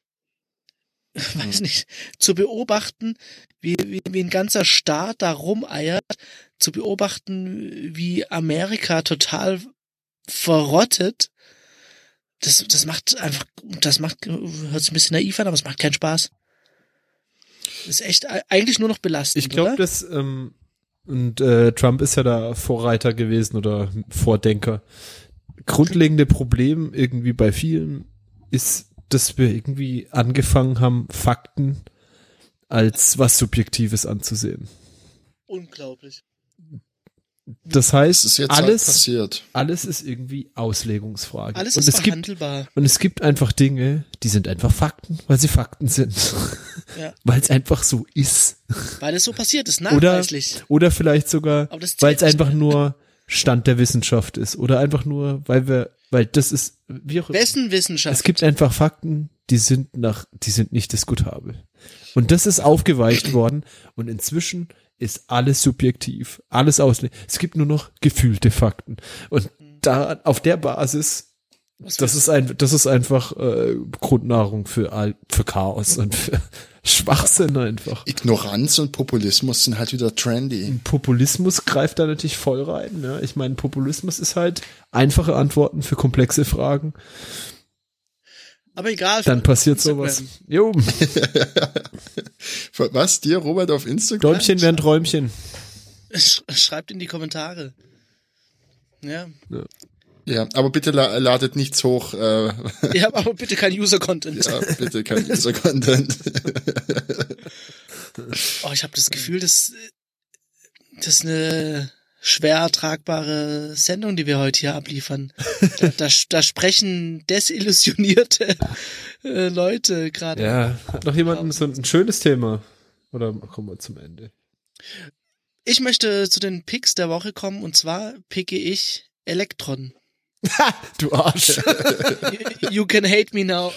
[SPEAKER 1] weiß nicht, zu beobachten, wie, wie, wie ein ganzer Staat da rumeiert, zu beobachten, wie Amerika total verrottet, das, das macht einfach, das macht, hört sich ein bisschen naiv an, aber es macht keinen Spaß. Das ist echt eigentlich nur noch belastend.
[SPEAKER 3] Ich glaube,
[SPEAKER 1] oder?
[SPEAKER 3] dass ähm, und äh, Trump ist ja da Vorreiter gewesen oder Vordenker. Grundlegende Problem irgendwie bei vielen ist, dass wir irgendwie angefangen haben, Fakten als was Subjektives anzusehen.
[SPEAKER 1] Unglaublich.
[SPEAKER 3] Das heißt,
[SPEAKER 2] Das ist jetzt
[SPEAKER 3] alles,
[SPEAKER 2] halt passiert.
[SPEAKER 3] alles ist irgendwie Auslegungsfrage.
[SPEAKER 1] Alles
[SPEAKER 3] und
[SPEAKER 1] ist
[SPEAKER 3] es gibt
[SPEAKER 1] verhandelbar.
[SPEAKER 3] und es gibt einfach Dinge, die sind einfach Fakten, weil sie Fakten sind.
[SPEAKER 1] Ja.
[SPEAKER 3] Weil es einfach so ist.
[SPEAKER 1] Weil es so passiert ist,
[SPEAKER 3] Oder,
[SPEAKER 1] nachweislich.
[SPEAKER 3] oder vielleicht sogar,
[SPEAKER 1] Aber das zählt
[SPEAKER 3] weil es
[SPEAKER 1] nicht
[SPEAKER 3] einfach
[SPEAKER 1] mehr.
[SPEAKER 3] nur Stand der Wissenschaft ist. Oder einfach nur, weil wir, weil das ist, wie auch immer.
[SPEAKER 1] Wessen Wissenschaft?
[SPEAKER 3] Es gibt einfach Fakten, die sind nach, die sind nicht diskutabel. Und das ist aufgeweicht worden und inzwischen ist alles subjektiv, alles auslegen. Es gibt nur noch gefühlte Fakten. Und da, auf der Basis,
[SPEAKER 1] Was
[SPEAKER 3] das ist ein, das ist einfach äh, Grundnahrung für, all- für Chaos und für Schwachsinn einfach.
[SPEAKER 2] Ignoranz und Populismus sind halt wieder trendy.
[SPEAKER 3] Populismus greift da natürlich voll rein. Ne? Ich meine, Populismus ist halt einfache Antworten für komplexe Fragen.
[SPEAKER 1] Aber egal.
[SPEAKER 3] Dann passiert
[SPEAKER 1] Instagram.
[SPEAKER 3] sowas. Jo,
[SPEAKER 2] Was? Dir, Robert, auf Instagram?
[SPEAKER 3] Däumchen wären Träumchen.
[SPEAKER 1] Sch- Schreibt in die Kommentare. Ja.
[SPEAKER 2] Ja, aber bitte la- ladet nichts hoch. Äh.
[SPEAKER 1] Ja, aber bitte kein User-Content.
[SPEAKER 2] Ja, bitte kein User-Content.
[SPEAKER 1] Oh, ich habe das Gefühl, dass das ist eine schwer ertragbare Sendung, die wir heute hier abliefern. Da, da, da sprechen desillusionierte äh, Leute gerade.
[SPEAKER 3] Ja, hat noch jemand so ein schönes Thema? Oder kommen wir zum Ende?
[SPEAKER 1] Ich möchte zu den Picks der Woche kommen, und zwar picke ich Elektron.
[SPEAKER 3] Du Arsch.
[SPEAKER 1] You can hate me now.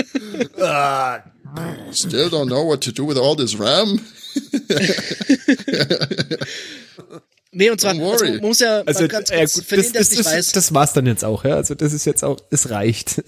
[SPEAKER 2] Still don't know what to do with all this RAM.
[SPEAKER 1] Nee, und zwar, also, man muss ja
[SPEAKER 3] also,
[SPEAKER 1] ganz
[SPEAKER 3] äh,
[SPEAKER 1] kurz,
[SPEAKER 3] gut,
[SPEAKER 1] für
[SPEAKER 3] das,
[SPEAKER 1] den, der es
[SPEAKER 3] das,
[SPEAKER 1] nicht
[SPEAKER 3] das,
[SPEAKER 1] weiß.
[SPEAKER 3] Das war's dann jetzt auch, ja. Also das ist jetzt auch, es reicht.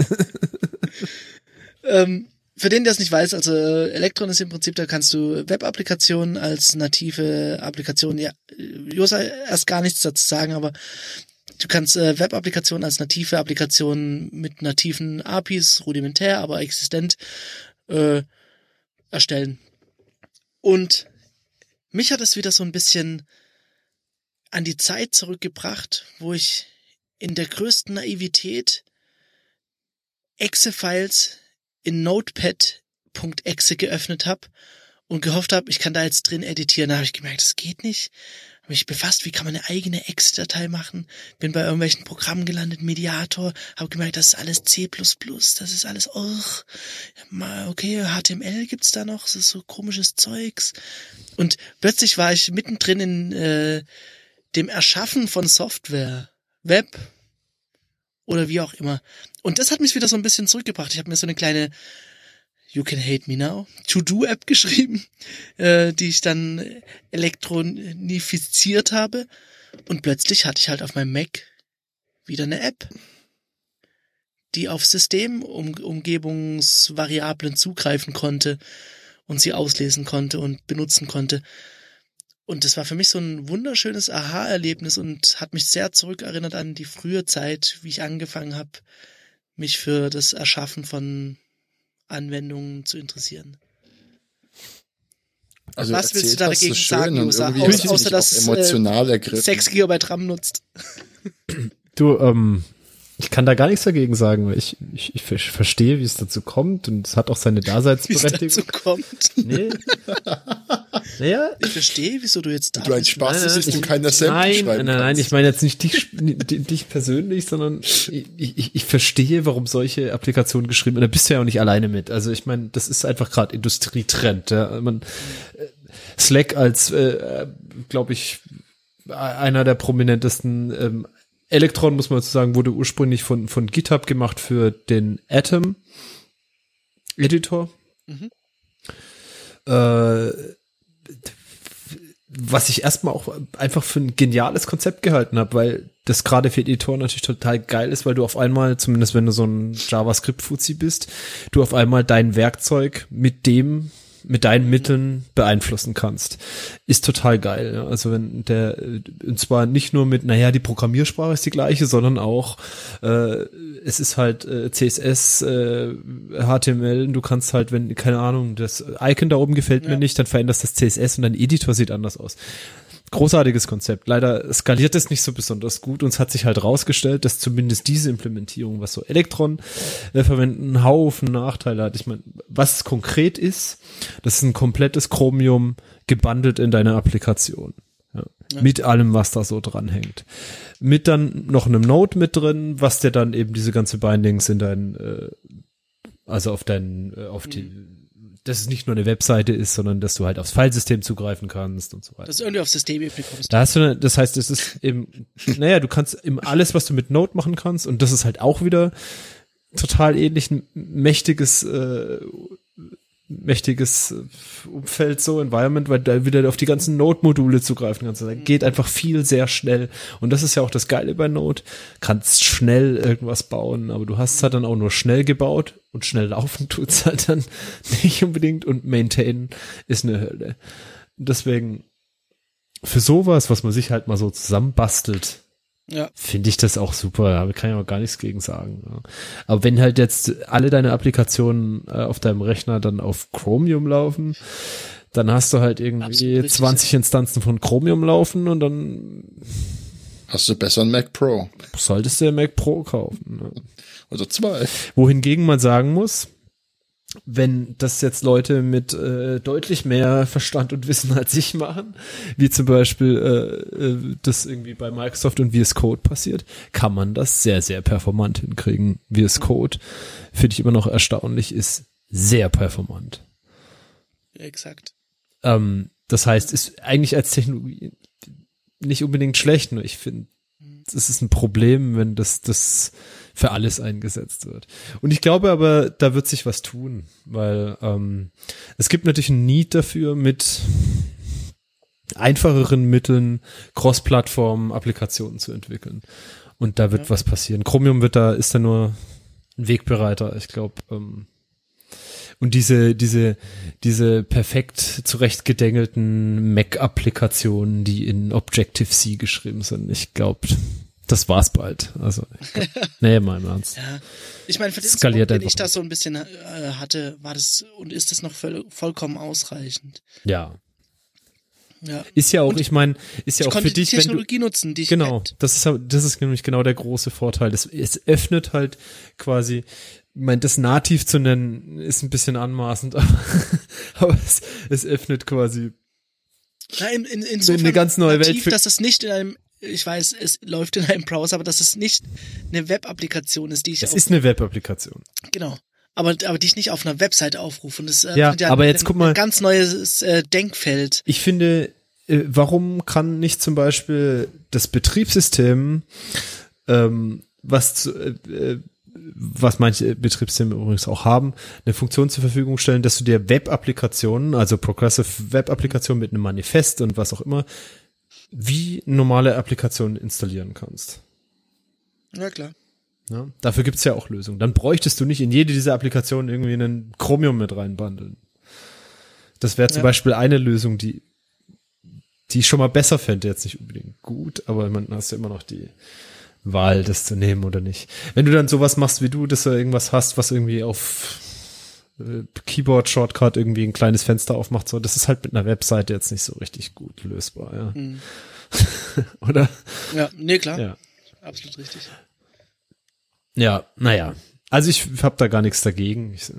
[SPEAKER 1] ähm, für den, der es nicht weiß, also Elektron ist im Prinzip, da kannst du Web-Applikationen als native Applikation, ja, Josa erst gar nichts dazu sagen, aber du kannst äh, Web-Applikationen als native Applikationen mit nativen A P Is, rudimentär, aber existent, äh, erstellen. Und mich hat es wieder so ein bisschen an die Zeit zurückgebracht, wo ich in der größten Naivität Exe-Files in Notepad.exe geöffnet habe und gehofft habe, ich kann da jetzt drin editieren. Da habe ich gemerkt, das geht nicht. Habe mich befasst, wie kann man eine eigene Exe-Datei machen. Bin bei irgendwelchen Programmen gelandet, Mediator, habe gemerkt, das ist alles C plus plus, das ist alles, oh, okay, H T M L gibt's da noch, das ist so komisches Zeugs. Und plötzlich war ich mittendrin in äh, dem Erschaffen von Software, Web oder wie auch immer. Und das hat mich wieder so ein bisschen zurückgebracht. Ich habe mir so eine kleine You Can Hate Me Now To-Do-App geschrieben, äh, die ich dann elektronifiziert habe. Und plötzlich hatte ich halt auf meinem Mac wieder eine App, die auf Systemumgebungsvariablen zugreifen konnte und sie auslesen konnte und benutzen konnte. Und das war für mich so ein wunderschönes Aha-Erlebnis und hat mich sehr zurückerinnert an die frühe Zeit, wie ich angefangen habe, mich für das Erschaffen von Anwendungen zu interessieren.
[SPEAKER 2] Also
[SPEAKER 1] was willst du da dagegen
[SPEAKER 2] so
[SPEAKER 1] sagen, Josa? Außer, außer dass
[SPEAKER 2] emotional
[SPEAKER 1] äh,
[SPEAKER 2] ergriffen.
[SPEAKER 1] sechs Gigabyte RAM nutzt.
[SPEAKER 3] Du, ähm, ich kann da gar nichts dagegen sagen, weil ich, ich, ich verstehe, wie es dazu kommt und es hat auch seine Daseinsberechtigung.
[SPEAKER 1] Wie es dazu kommt.
[SPEAKER 3] Nee. Naja.
[SPEAKER 1] Ich verstehe, wieso du jetzt da
[SPEAKER 2] du ein Spaß bist und kein Assembly
[SPEAKER 3] Nein,
[SPEAKER 2] schreiben
[SPEAKER 3] nein, nein,
[SPEAKER 2] kannst.
[SPEAKER 3] ich meine jetzt nicht dich, dich persönlich, sondern ich, ich, ich verstehe, warum solche Applikationen geschrieben werden. Da bist du ja auch nicht alleine mit. Also ich meine, das ist einfach gerade Industrietrend. Ja. Man, Slack als, äh, glaube ich, einer der prominentesten ähm, Elektron, muss man dazu sagen, wurde ursprünglich von, von GitHub gemacht für den Atom-Editor. Mhm. Äh, was ich erstmal auch einfach für ein geniales Konzept gehalten habe, weil das gerade für Editoren natürlich total geil ist, weil du auf einmal, zumindest wenn du so ein JavaScript-Fuzzi bist, du auf einmal dein Werkzeug mit dem mit deinen Mitteln beeinflussen kannst. Ist total geil. Ja? Also wenn der, und zwar nicht nur mit, naja, die Programmiersprache ist die gleiche, sondern auch, äh, es ist halt äh, C S S, äh, H T M L, und du kannst halt, wenn, keine Ahnung, das Icon da oben gefällt mir
[SPEAKER 1] ja.
[SPEAKER 3] nicht, dann veränderst das C S S und dein Editor sieht anders aus. Großartiges Konzept. Leider skaliert es nicht so besonders gut und es hat sich halt rausgestellt, dass zumindest diese Implementierung, was so Elektron äh, verwenden, einen Haufen Nachteile hat. Ich meine, was es konkret ist, das ist ein komplettes Chromium gebundelt in deiner Applikation. Ja. Ja. Mit allem, was da so dranhängt. Mit dann noch einem Node mit drin, was dir dann eben diese ganze Bindings in dein, äh, also auf dein, äh, auf die, mhm. dass es nicht nur eine Webseite ist, sondern dass du halt aufs Filesystem zugreifen kannst und so weiter.
[SPEAKER 1] Dass du irgendwie aufs System bekommst.
[SPEAKER 3] Da hast du, eine, das heißt, es ist eben, naja, du kannst eben alles, was du mit Node machen kannst, und das ist halt auch wieder total ähnlich ein mächtiges, äh, mächtiges Umfeld, so Environment, weil da wieder auf die ganzen Node-Module zugreifen kannst. Da geht einfach viel sehr schnell. Und das ist ja auch das Geile bei Node. Kannst schnell irgendwas bauen, aber du hast es halt dann auch nur schnell gebaut und schnell laufen tut's halt dann nicht unbedingt, und maintain ist eine Hölle. Deswegen für sowas, was man sich halt mal so zusammenbastelt, ja, finde ich das auch super. Da kann ich auch gar nichts gegen sagen. Ja. Aber wenn halt jetzt alle deine Applikationen äh, auf deinem Rechner dann auf Chromium laufen, dann hast du halt irgendwie zwanzig Instanzen von Chromium laufen und dann
[SPEAKER 2] Hast du besser einen Mac Pro.
[SPEAKER 3] Solltest du einen Mac Pro kaufen. Ne?
[SPEAKER 2] Oder zwei.
[SPEAKER 3] Wohingegen man sagen muss, wenn das jetzt Leute mit äh, deutlich mehr Verstand und Wissen als ich machen, wie zum Beispiel äh, äh, das irgendwie bei Microsoft und V S Code passiert, kann man das sehr, sehr performant hinkriegen. V S Code, finde ich immer noch erstaunlich, ist sehr performant.
[SPEAKER 1] Exakt.
[SPEAKER 3] Ähm, das heißt, ist eigentlich als Technologie nicht unbedingt schlecht, nur ich finde, es ist ein Problem, wenn das, das für alles eingesetzt wird. Und ich glaube aber, da wird sich was tun, weil ähm, es gibt natürlich ein Need dafür, mit einfacheren Mitteln Cross-Plattform-Applikationen zu entwickeln. Und da wird ja. was passieren. Chromium wird da, ist da nur ein Wegbereiter, ich glaube. Ähm, und diese, diese, diese perfekt zurechtgedengelten Mac-Applikationen, die in Objective-C geschrieben sind, ich glaube, das war's bald. Also, glaub, nee, mal im Ernst.
[SPEAKER 1] Ja. Ich meine, für den
[SPEAKER 3] Skaliert
[SPEAKER 1] Spot, den ich da so ein bisschen äh, hatte, war das und ist das noch voll, vollkommen ausreichend.
[SPEAKER 3] Ja.
[SPEAKER 1] Ja.
[SPEAKER 3] Ist ja auch,
[SPEAKER 1] und
[SPEAKER 3] ich meine, ist ja auch für dich,
[SPEAKER 1] die Technologie
[SPEAKER 3] wenn du,
[SPEAKER 1] nutzen, die ich
[SPEAKER 3] genau,
[SPEAKER 1] hätte.
[SPEAKER 3] das ist das ist nämlich genau der große Vorteil. Es, es öffnet halt quasi, ich meine, das nativ zu nennen ist ein bisschen anmaßend, aber, aber es, es öffnet quasi
[SPEAKER 1] ja, in, in, insofern
[SPEAKER 3] eine ganz neue
[SPEAKER 1] nativ,
[SPEAKER 3] Welt. Für,
[SPEAKER 1] dass es nicht in einem, ich weiß, es läuft in einem Browser, aber dass es nicht eine Web-Applikation ist, die ich
[SPEAKER 3] es
[SPEAKER 1] auf,
[SPEAKER 3] ist eine Web-Applikation.
[SPEAKER 1] Genau. Aber, aber die ich nicht auf einer Website aufrufe. Und das äh,
[SPEAKER 3] ja,
[SPEAKER 1] ja
[SPEAKER 3] aber
[SPEAKER 1] ein,
[SPEAKER 3] jetzt guck mal,
[SPEAKER 1] ein ganz neues äh, Denkfeld.
[SPEAKER 3] Ich finde, äh, warum kann nicht zum Beispiel das Betriebssystem, ähm, was zu, äh, was manche Betriebssysteme übrigens auch haben, eine Funktion zur Verfügung stellen, dass du dir Web-Applikationen, also Progressive Web-Applikationen mit einem Manifest und was auch immer, wie normale Applikationen installieren kannst.
[SPEAKER 1] Ja, klar.
[SPEAKER 3] Ja, dafür gibt's ja auch Lösungen. Dann bräuchtest du nicht in jede dieser Applikationen irgendwie einen Chromium mit reinbandeln. Das wäre zum ja. Beispiel eine Lösung, die die ich schon mal besser fände, jetzt nicht unbedingt gut, aber man hast ja immer noch die Wahl, das zu nehmen oder nicht. Wenn du dann sowas machst wie du, dass du irgendwas hast, was irgendwie auf äh, Keyboard-Shortcut irgendwie ein kleines Fenster aufmacht, so, das ist halt mit einer Webseite jetzt nicht so richtig gut lösbar, ja. Mhm. Oder?
[SPEAKER 1] Ja, nee, klar.
[SPEAKER 3] Ja.
[SPEAKER 1] Absolut richtig.
[SPEAKER 3] Ja, naja. Also ich habe da gar nichts dagegen. Ich,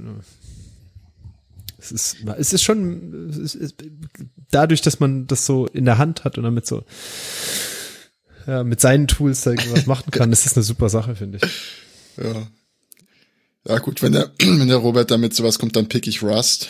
[SPEAKER 3] es ist, es ist schon, es ist, dadurch, dass man das so in der Hand hat und damit so, ja, mit seinen Tools da irgendwas machen kann, ist das eine super Sache, finde ich.
[SPEAKER 2] Ja. Ja, gut, wenn der, wenn der Robert damit sowas kommt, dann pick ich Rust.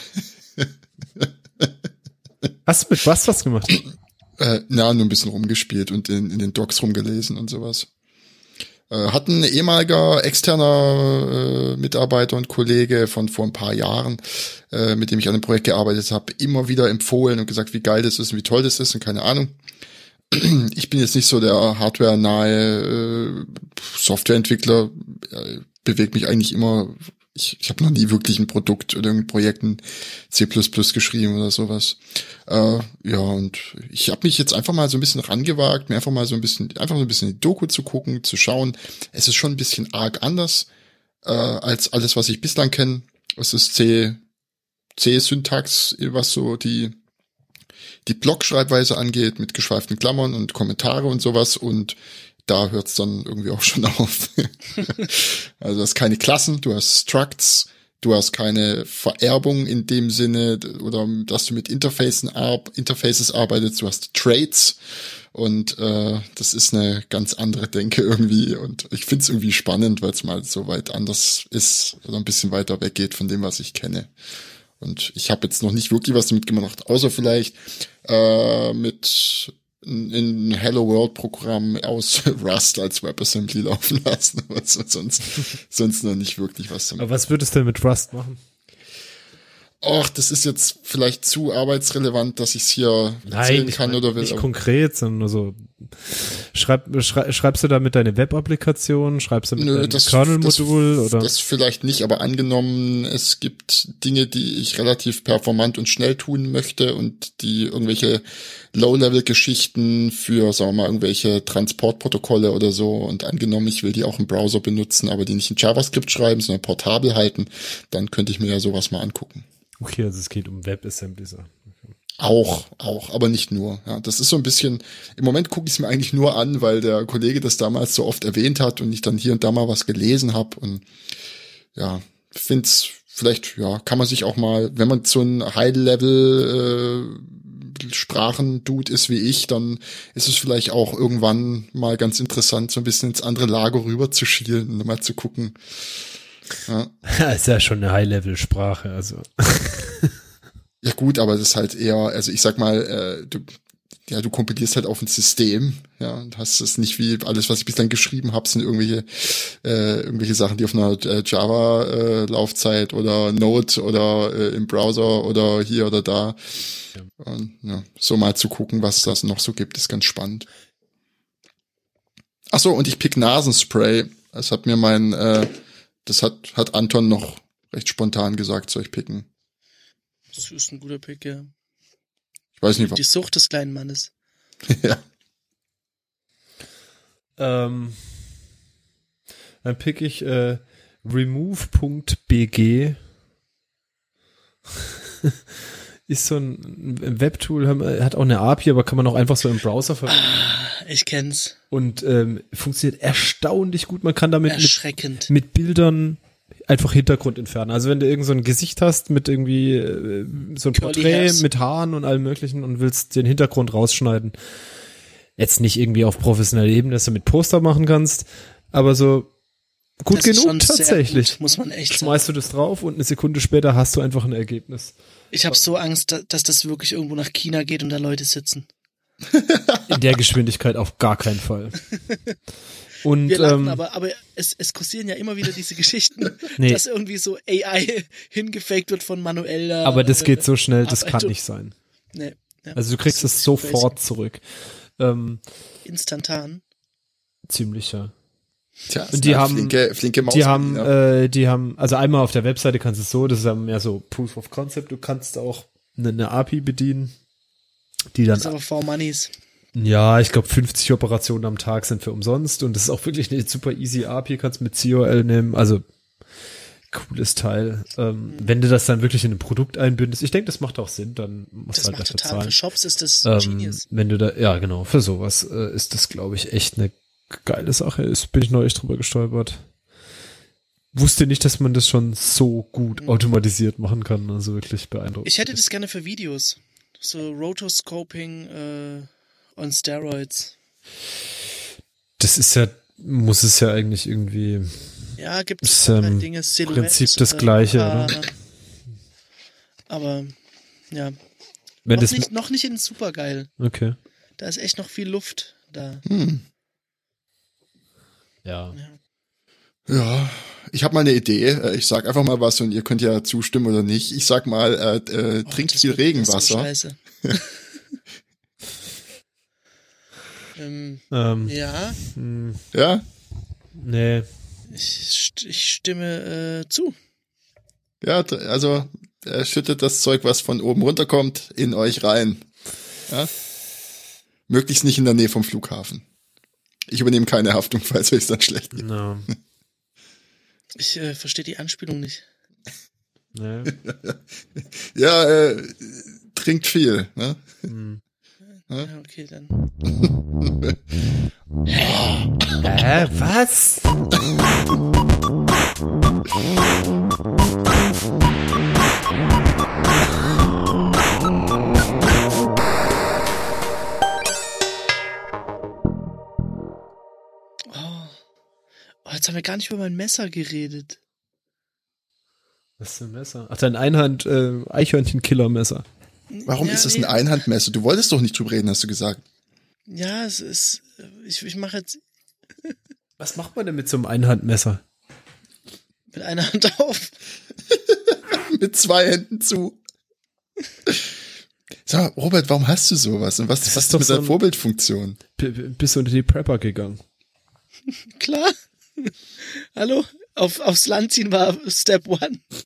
[SPEAKER 3] Hast du mit Rust was gemacht?
[SPEAKER 2] Äh, na, nur ein bisschen rumgespielt und in, in den Docs rumgelesen und sowas. Hat ein ehemaliger externer äh, Mitarbeiter und Kollege von vor ein paar Jahren, äh, mit dem ich an einem Projekt gearbeitet habe, immer wieder empfohlen und gesagt, wie geil das ist und wie toll das ist und keine Ahnung. Ich bin jetzt nicht so der hardware-nahe äh, Softwareentwickler, äh, bewegt mich eigentlich immer, ich, ich habe noch nie wirklich ein Produkt oder irgendein Projekt in C plus plus geschrieben oder sowas. Äh, ja, und ich habe mich jetzt einfach mal so ein bisschen rangewagt, mir einfach mal so ein bisschen, einfach so ein bisschen in die Doku zu gucken, zu schauen. Es ist schon ein bisschen arg anders äh, als alles, was ich bislang kenne. Es ist C, C-Syntax, was so die die Blockschreibweise angeht, mit geschweiften Klammern und Kommentare und sowas, und da hört's dann irgendwie auch schon auf. Also du hast keine Klassen, du hast Structs, du hast keine Vererbung in dem Sinne, oder dass du mit Interfacen ar- Interfaces arbeitest, du hast Traits, und äh, das ist eine ganz andere Denke irgendwie, und ich find's irgendwie spannend, weil es mal so weit anders ist oder ein bisschen weiter weggeht von dem, was ich kenne. Und ich habe jetzt noch nicht wirklich was damit gemacht, außer vielleicht äh, mit in Hello World Programm aus Rust als WebAssembly laufen lassen, aber sonst, sonst noch nicht wirklich was damit.
[SPEAKER 3] Aber was würdest du denn mit Rust machen?
[SPEAKER 2] Ach, das ist jetzt vielleicht zu arbeitsrelevant, dass ich es hier erzählen
[SPEAKER 3] Nein,
[SPEAKER 2] kann
[SPEAKER 3] ich mein,
[SPEAKER 2] oder will.
[SPEAKER 3] Nicht konkret, sondern nur so. Schreib, schrei, schreibst du damit deine Web-Applikation? Schreibst du mit
[SPEAKER 2] Nö,
[SPEAKER 3] deinem
[SPEAKER 2] das,
[SPEAKER 3] Kernel-Modul?
[SPEAKER 2] Das,
[SPEAKER 3] oder?
[SPEAKER 2] das vielleicht nicht, aber angenommen, es gibt Dinge, die ich relativ performant und schnell tun möchte und die irgendwelche Low-Level-Geschichten für, sagen wir mal, irgendwelche Transportprotokolle oder so, und angenommen, ich will die auch im Browser benutzen, aber die nicht in JavaScript schreiben, sondern portabel halten, dann könnte ich mir ja sowas mal angucken.
[SPEAKER 3] Okay, also es geht um WebAssembly.
[SPEAKER 2] Auch, auch, aber nicht nur. Ja, das ist so ein bisschen, im Moment gucke ich es mir eigentlich nur an, weil der Kollege das damals so oft erwähnt hat und ich dann hier und da mal was gelesen habe und ja, find's vielleicht, ja, kann man sich auch mal, wenn man so ein High-Level äh, Sprachen-Dude ist wie ich, dann ist es vielleicht auch irgendwann mal ganz interessant, so ein bisschen ins andere Lager rüber zu schielen und mal zu gucken. Ja.
[SPEAKER 3] Ist ja schon eine High-Level-Sprache, also.
[SPEAKER 2] Ja gut, aber das ist halt eher, also ich sag mal, äh, du, ja, du kompilierst halt auf ein System, ja, und hast es nicht wie alles, was ich bislang geschrieben habe, sind irgendwelche äh, irgendwelche Sachen, die auf einer äh, Java-Laufzeit äh, oder Node oder äh, im Browser oder hier oder da. Ja. Und, ja, so mal zu gucken, was das noch so gibt, ist ganz spannend. Ach so, und ich pick Nasenspray. Das hat mir mein, äh, das hat hat Anton noch recht spontan gesagt, soll ich picken.
[SPEAKER 1] Das ist ein guter Pick, ja.
[SPEAKER 2] Ich weiß nicht, was.
[SPEAKER 1] Die Sucht des kleinen Mannes.
[SPEAKER 2] Ja.
[SPEAKER 3] Ähm, dann pick ich äh, remove punkt b g. Ist so ein Webtool, hat auch eine A P I, aber kann man auch einfach so im Browser verwenden.
[SPEAKER 1] Ah, ich kenn's.
[SPEAKER 3] Und ähm, funktioniert erstaunlich gut. Man kann damit
[SPEAKER 1] Erschreckend.
[SPEAKER 3] mit, mit Bildern einfach Hintergrund entfernen. Also wenn du irgend so ein Gesicht hast mit irgendwie äh, so ein
[SPEAKER 1] Curly
[SPEAKER 3] Porträt
[SPEAKER 1] Hairs.
[SPEAKER 3] mit Haaren und allem möglichen und willst den Hintergrund rausschneiden, jetzt nicht irgendwie auf professioneller Ebene, dass du mit Poster machen kannst, aber so gut
[SPEAKER 1] Das ist
[SPEAKER 3] genug
[SPEAKER 1] schon sehr
[SPEAKER 3] tatsächlich.
[SPEAKER 1] gut, muss man echt
[SPEAKER 3] Schmeißt
[SPEAKER 1] sagen.
[SPEAKER 3] du das drauf und eine Sekunde später hast du einfach ein Ergebnis.
[SPEAKER 1] Ich habe so Angst, da- dass das wirklich irgendwo nach China geht und da Leute sitzen.
[SPEAKER 3] In der Geschwindigkeit auf gar keinen Fall. Und
[SPEAKER 1] Wir lachen,
[SPEAKER 3] ähm,
[SPEAKER 1] aber, aber es, es kursieren ja immer wieder diese Geschichten,
[SPEAKER 3] Nee.
[SPEAKER 1] dass irgendwie so A I hingefaked wird von manueller.
[SPEAKER 3] aber das geht so schnell, das
[SPEAKER 1] Arbeit
[SPEAKER 3] kann
[SPEAKER 1] und-
[SPEAKER 3] nicht sein.
[SPEAKER 1] Nee, ja.
[SPEAKER 3] Also du kriegst
[SPEAKER 1] Das
[SPEAKER 3] es
[SPEAKER 1] ist
[SPEAKER 3] sofort
[SPEAKER 1] crazy.
[SPEAKER 3] zurück. Ähm,
[SPEAKER 1] Instantan.
[SPEAKER 3] ziemlich, ja.
[SPEAKER 2] Tja,
[SPEAKER 3] Und die
[SPEAKER 2] eine
[SPEAKER 3] haben-
[SPEAKER 2] flinke, flinke Maus.
[SPEAKER 3] Die haben,
[SPEAKER 2] ja.
[SPEAKER 3] äh, die haben, also einmal auf der Webseite kannst du es so, das ist ja mehr so Proof of Concept, du kannst auch eine, eine A P I bedienen, die
[SPEAKER 1] Das ist
[SPEAKER 3] dann,
[SPEAKER 1] aber for Moneys.
[SPEAKER 3] ja, ich glaube fünfzig Operationen am Tag sind für umsonst und das ist auch wirklich eine super easy A P I, kannst mit C O L nehmen, also cooles Teil. Ähm, wenn du das dann wirklich in ein Produkt einbindest, ich denke, das macht auch Sinn, dann musst
[SPEAKER 1] Das
[SPEAKER 3] du halt
[SPEAKER 1] macht
[SPEAKER 3] dafür
[SPEAKER 1] total. Für
[SPEAKER 3] zahlen.
[SPEAKER 1] Shops ist das
[SPEAKER 3] Ähm,
[SPEAKER 1] Genius.
[SPEAKER 3] wenn du da, ja genau, für sowas äh, ist das, glaube ich, echt eine geile Sache. Ist, bin ich neulich drüber gestolpert. Wusste nicht, dass man das schon so gut automatisiert machen kann. Also wirklich beeindruckend.
[SPEAKER 1] Ich hätte das gerne für Videos. So Rotoscoping äh, on Steroids.
[SPEAKER 3] Das ist ja, muss es ja eigentlich irgendwie,
[SPEAKER 1] Ja, gibt
[SPEAKER 3] Ist,
[SPEAKER 1] es halt
[SPEAKER 3] ähm,
[SPEAKER 1] Dinge, Silhouette,
[SPEAKER 3] Prinzip das
[SPEAKER 1] äh,
[SPEAKER 3] Gleiche,
[SPEAKER 1] Haar.
[SPEAKER 3] oder?
[SPEAKER 1] Aber ja,
[SPEAKER 3] wenn
[SPEAKER 1] noch,
[SPEAKER 3] das,
[SPEAKER 1] nicht, noch nicht in Supergeil.
[SPEAKER 3] okay.
[SPEAKER 1] Da ist echt noch viel Luft da.
[SPEAKER 2] Hm.
[SPEAKER 3] Ja.
[SPEAKER 2] Ja, ich habe mal eine Idee. Äh, Ich sag einfach mal was und ihr könnt ja zustimmen oder nicht. Ich sag mal, äh, äh,
[SPEAKER 1] Oh,
[SPEAKER 2] trinkt
[SPEAKER 1] das
[SPEAKER 2] viel
[SPEAKER 1] wird wieder so
[SPEAKER 2] Regenwasser.
[SPEAKER 1] scheiße. ähm,
[SPEAKER 3] Ähm,
[SPEAKER 1] ja,
[SPEAKER 3] hm,
[SPEAKER 2] Ja,
[SPEAKER 3] nee.
[SPEAKER 1] ich, st- ich stimme äh, zu.
[SPEAKER 2] ja, tr- also äh, schüttet das Zeug, was von oben runterkommt, in euch rein. Ja? Möglichst nicht in der Nähe vom Flughafen. Ich übernehme keine Haftung, falls euch dann schlecht geht.
[SPEAKER 3] No.
[SPEAKER 1] Ich äh, verstehe die Anspielung nicht.
[SPEAKER 3] Nee.
[SPEAKER 2] Ja, äh, trinkt viel. Ne?
[SPEAKER 3] Hm.
[SPEAKER 1] Ja, okay, dann.
[SPEAKER 3] Hä, was?
[SPEAKER 1] Oh. Oh, jetzt haben wir gar nicht über mein Messer geredet.
[SPEAKER 3] Was ist ein Messer? Ach, dein Einhand äh, Eichhörnchen-Killer-Messer.
[SPEAKER 2] Warum
[SPEAKER 1] Ja,
[SPEAKER 2] ist das
[SPEAKER 1] nee.
[SPEAKER 2] ein Einhandmesser? Du wolltest doch nicht drüber reden, hast du gesagt.
[SPEAKER 1] Ja, es ist. Ich, ich mache jetzt
[SPEAKER 3] Was macht man denn mit so einem Einhandmesser?
[SPEAKER 1] mit einer Hand auf.
[SPEAKER 2] Mit zwei Händen zu. Sag mal, Robert, warum hast du sowas? Und was,
[SPEAKER 3] Das
[SPEAKER 2] was
[SPEAKER 3] ist
[SPEAKER 2] ist
[SPEAKER 3] doch
[SPEAKER 2] mit
[SPEAKER 3] so
[SPEAKER 2] der
[SPEAKER 3] ein-
[SPEAKER 2] Vorbildfunktion?
[SPEAKER 3] B bist du unter die Prepper gegangen?
[SPEAKER 1] Klar. Hallo? Auf, aufs Land ziehen war Step One.